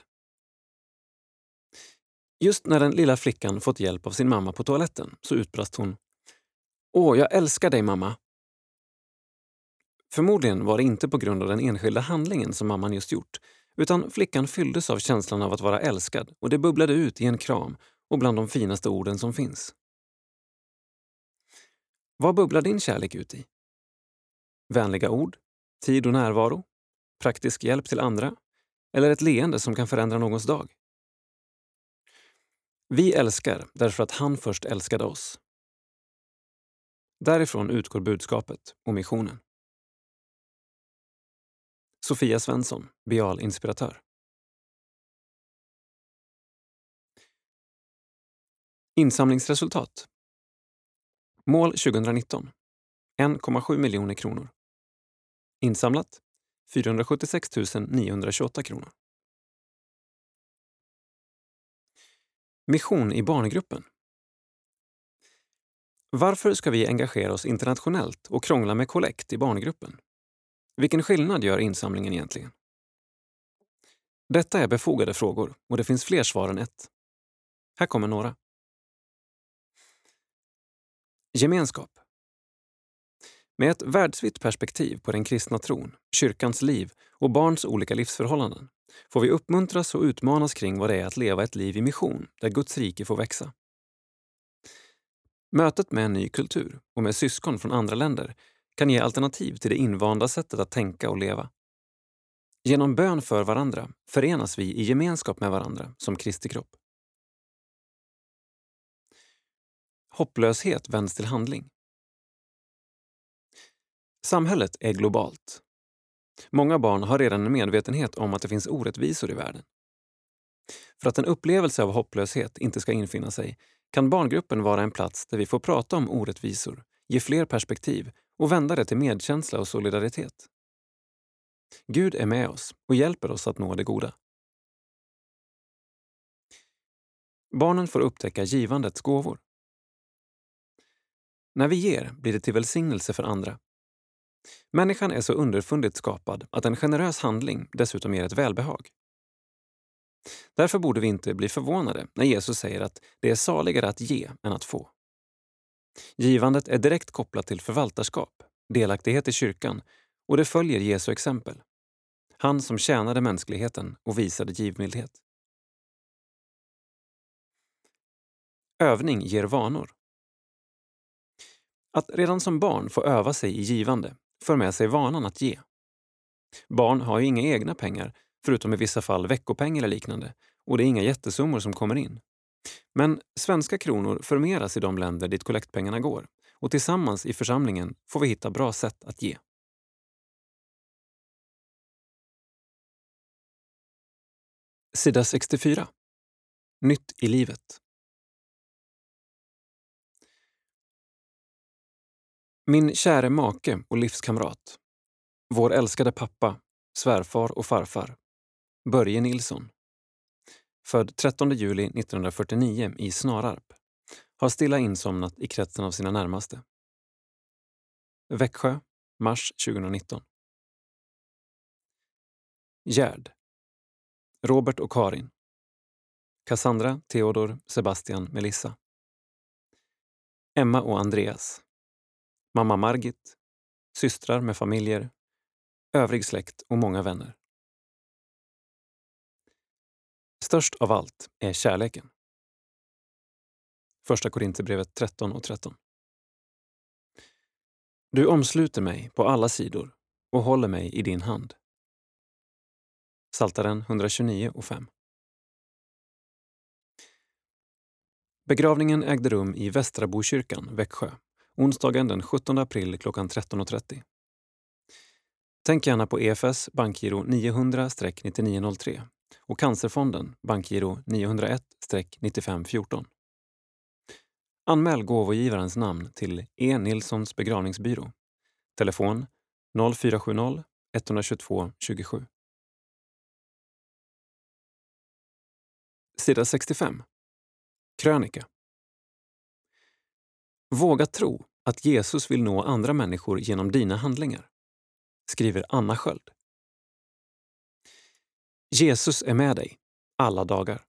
Just när den lilla flickan fått hjälp av sin mamma på toaletten så utbrast hon: Åh, jag älskar dig, mamma! Förmodligen var det inte på grund av den enskilda handlingen som mamman just gjort, utan flickan fylldes av känslan av att vara älskad och det bubblade ut i en kram och bland de finaste orden som finns. Vad bubblar din kärlek ut i? Vänliga ord, tid och närvaro, praktisk hjälp till andra eller ett leende som kan förändra någons dag? Vi älskar därför att han först älskade oss. Därifrån utgår budskapet och missionen. Sofia Svensson, Beal-inspiratör. Insamlingsresultat. Mål tjugonitton. en komma sju miljoner kronor. Insamlat fyrahundrasjuttiosex tusen niohundratjugoåtta kronor. Mission i barngruppen. Varför ska vi engagera oss internationellt och krångla med kollekt i barngruppen? Vilken skillnad gör insamlingen egentligen? Detta är befogade frågor och det finns fler svar än ett. Här kommer några. Gemenskap. Med ett världsvitt perspektiv på den kristna tron, kyrkans liv och barns olika livsförhållanden får vi uppmuntras och utmanas kring vad det är att leva ett liv i mission där Guds rike får växa. Mötet med en ny kultur och med syskon från andra länder kan ge alternativ till det invanda sättet att tänka och leva. Genom bön för varandra förenas vi i gemenskap med varandra som Kristi kropp. Hopplöshet vänds till handling. Samhället är globalt. Många barn har redan en medvetenhet om att det finns orättvisor i världen. För att en upplevelse av hopplöshet inte ska infinna sig kan barngruppen vara en plats där vi får prata om orättvisor, ge fler perspektiv och vända det till medkänsla och solidaritet. Gud är med oss och hjälper oss att nå det goda. Barnen får upptäcka givandets gåvor. När vi ger blir det till välsignelse för andra. Människan är så underfundigt skapad att en generös handling dessutom ger ett välbehag. Därför borde vi inte bli förvånade när Jesus säger att det är saligare att ge än att få. Givandet är direkt kopplat till förvaltarskap, delaktighet i kyrkan och det följer Jesu exempel. Han som tjänade mänskligheten och visade givmildhet. Övning ger vanor. Att redan som barn få öva sig i givande för med sig vanan att ge. Barn har ju inga egna pengar, förutom i vissa fall veckopeng eller liknande, och det är inga jättesummor som kommer in. Men svenska kronor förmeras i de länder dit kollektpengarna går och tillsammans i församlingen får vi hitta bra sätt att ge. Sida sextiofyra. Nytt i livet. Min käre make och livskamrat, vår älskade pappa, svärfar och farfar, Börje Nilsson, född trettonde juli nittonhundrafyrtionio i Snararp, har stilla insomnat i kretsen av sina närmaste. Växjö, mars tjugonitton. Gärd. Robert och Karin. Cassandra, Theodor, Sebastian, Melissa. Emma och Andreas. Mamma Margit. Systrar med familjer. Övrig släkt och många vänner. Störst av allt är kärleken. Första Korinthierbrevet tretton och tretton. Du omsluter mig på alla sidor och håller mig i din hand. Psaltaren etthundratjugonio och fem. Begravningen ägde rum i Västra Bokyrkan, Växjö, onsdagen den sjuttonde april klockan tretton och trettio. Tänk gärna på E F S bankgiro niohundra nittionio noll tre och Cancerfonden bankgiro niohundraett nittiofem fjorton. Anmäl gåvogivarens namn till E. Nilssons begravningsbyrå. Telefon noll fyra sju noll etthundratjugotvå tjugosju. Sida sextiofem. Krönika. Våga tro att Jesus vill nå andra människor genom dina handlingar, skriver Anna Sköld. Jesus är med dig alla dagar.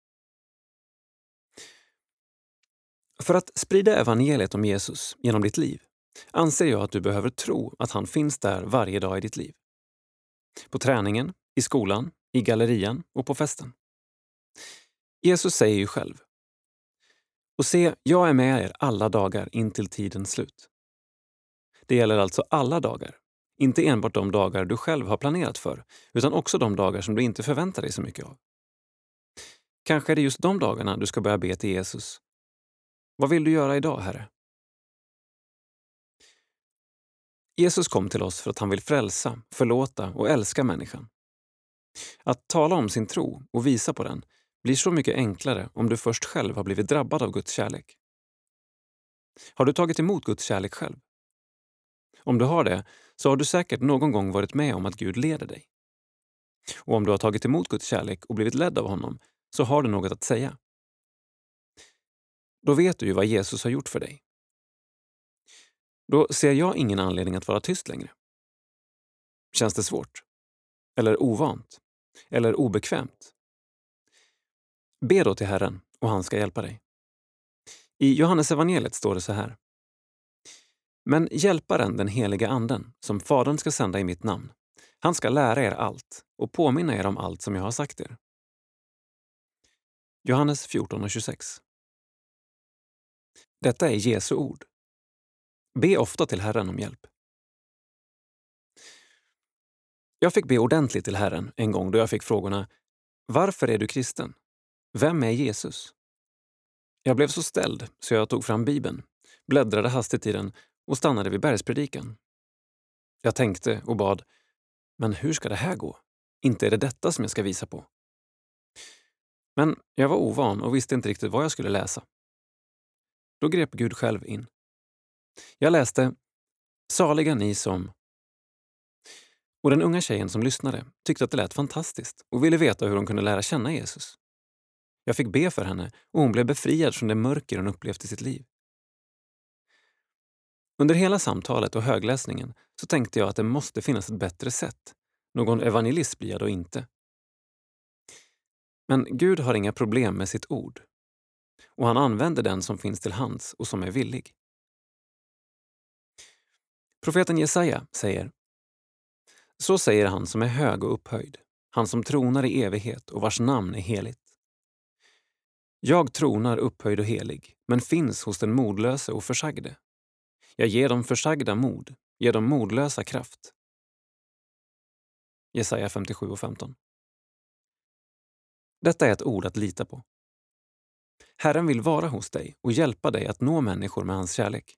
För att sprida evangeliet om Jesus genom ditt liv anser jag att du behöver tro att han finns där varje dag i ditt liv. På träningen, i skolan, i gallerian och på festen. Jesus säger ju själv: och se, jag är med er alla dagar in till tidens slut. Det gäller alltså alla dagar, inte enbart de dagar du själv har planerat för, utan också de dagar som du inte förväntar dig så mycket av. Kanske är det just de dagarna du ska börja be till Jesus: vad vill du göra idag, Herre? Jesus kom till oss för att han vill frälsa, förlåta och älska människan. Att tala om sin tro och visa på den blir så mycket enklare om du först själv har blivit drabbad av Guds kärlek. Har du tagit emot Guds kärlek själv? Om du har det, så har du säkert någon gång varit med om att Gud leder dig. Och om du har tagit emot Guds kärlek och blivit ledd av honom, så har du något att säga. Då vet du ju vad Jesus har gjort för dig. Då ser jag ingen anledning att vara tyst längre. Känns det svårt? Eller ovant? Eller obekvämt? Be då till Herren och han ska hjälpa dig. I Johannes evangeliet står det så här: men hjälparen, den heliga anden, som Fadern ska sända i mitt namn, han ska lära er allt och påminna er om allt som jag har sagt er. Johannes fjorton och tjugosex. Detta är Jesu ord. Be ofta till Herren om hjälp. Jag fick be ordentligt till Herren en gång då jag fick frågorna: varför är du kristen? Vem är Jesus? Jag blev så ställd så jag tog fram Bibeln, bläddrade hastigt i den och stannade vid bergspredikan. Jag tänkte och bad: men hur ska det här gå? Inte är det detta som jag ska visa på. Men jag var ovan och visste inte riktigt vad jag skulle läsa. Då grep Gud själv in. Jag läste: saliga ni som... Och den unga tjejen som lyssnade tyckte att det lät fantastiskt och ville veta hur hon kunde lära känna Jesus. Jag fick be för henne och hon blev befriad från det mörker hon upplevt i sitt liv. Under hela samtalet och högläsningen så tänkte jag att det måste finnas ett bättre sätt. Någon evangelist blir jag då inte. Men Gud har inga problem med sitt ord. Och han använder den som finns till hands och som är villig. Profeten Jesaja säger: så säger han som är hög och upphöjd, han som tronar i evighet och vars namn är heligt. Jag tronar upphöjd och helig, men finns hos den modlöse och försagde. Jag ger dem försagda mod, ger dem modlösa kraft. Jesaja femtiosju och femton. Detta är ett ord att lita på. Herren vill vara hos dig och hjälpa dig att nå människor med hans kärlek.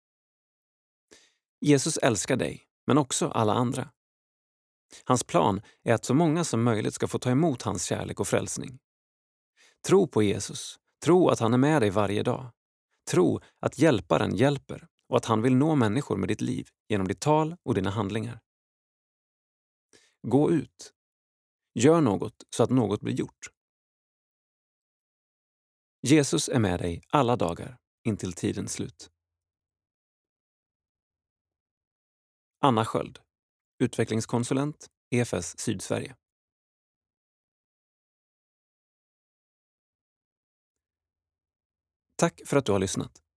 Jesus älskar dig, men också alla andra. Hans plan är att så många som möjligt ska få ta emot hans kärlek och frälsning. Tro på Jesus. Tro att han är med dig varje dag. Tro att hjälparen hjälper och att han vill nå människor med ditt liv genom ditt tal och dina handlingar. Gå ut. Gör något så att något blir gjort. Jesus är med dig alla dagar intill tidens slut. Anna Sköld, utvecklingskonsulent, E F S Sydsverige. Tack för att du har lyssnat.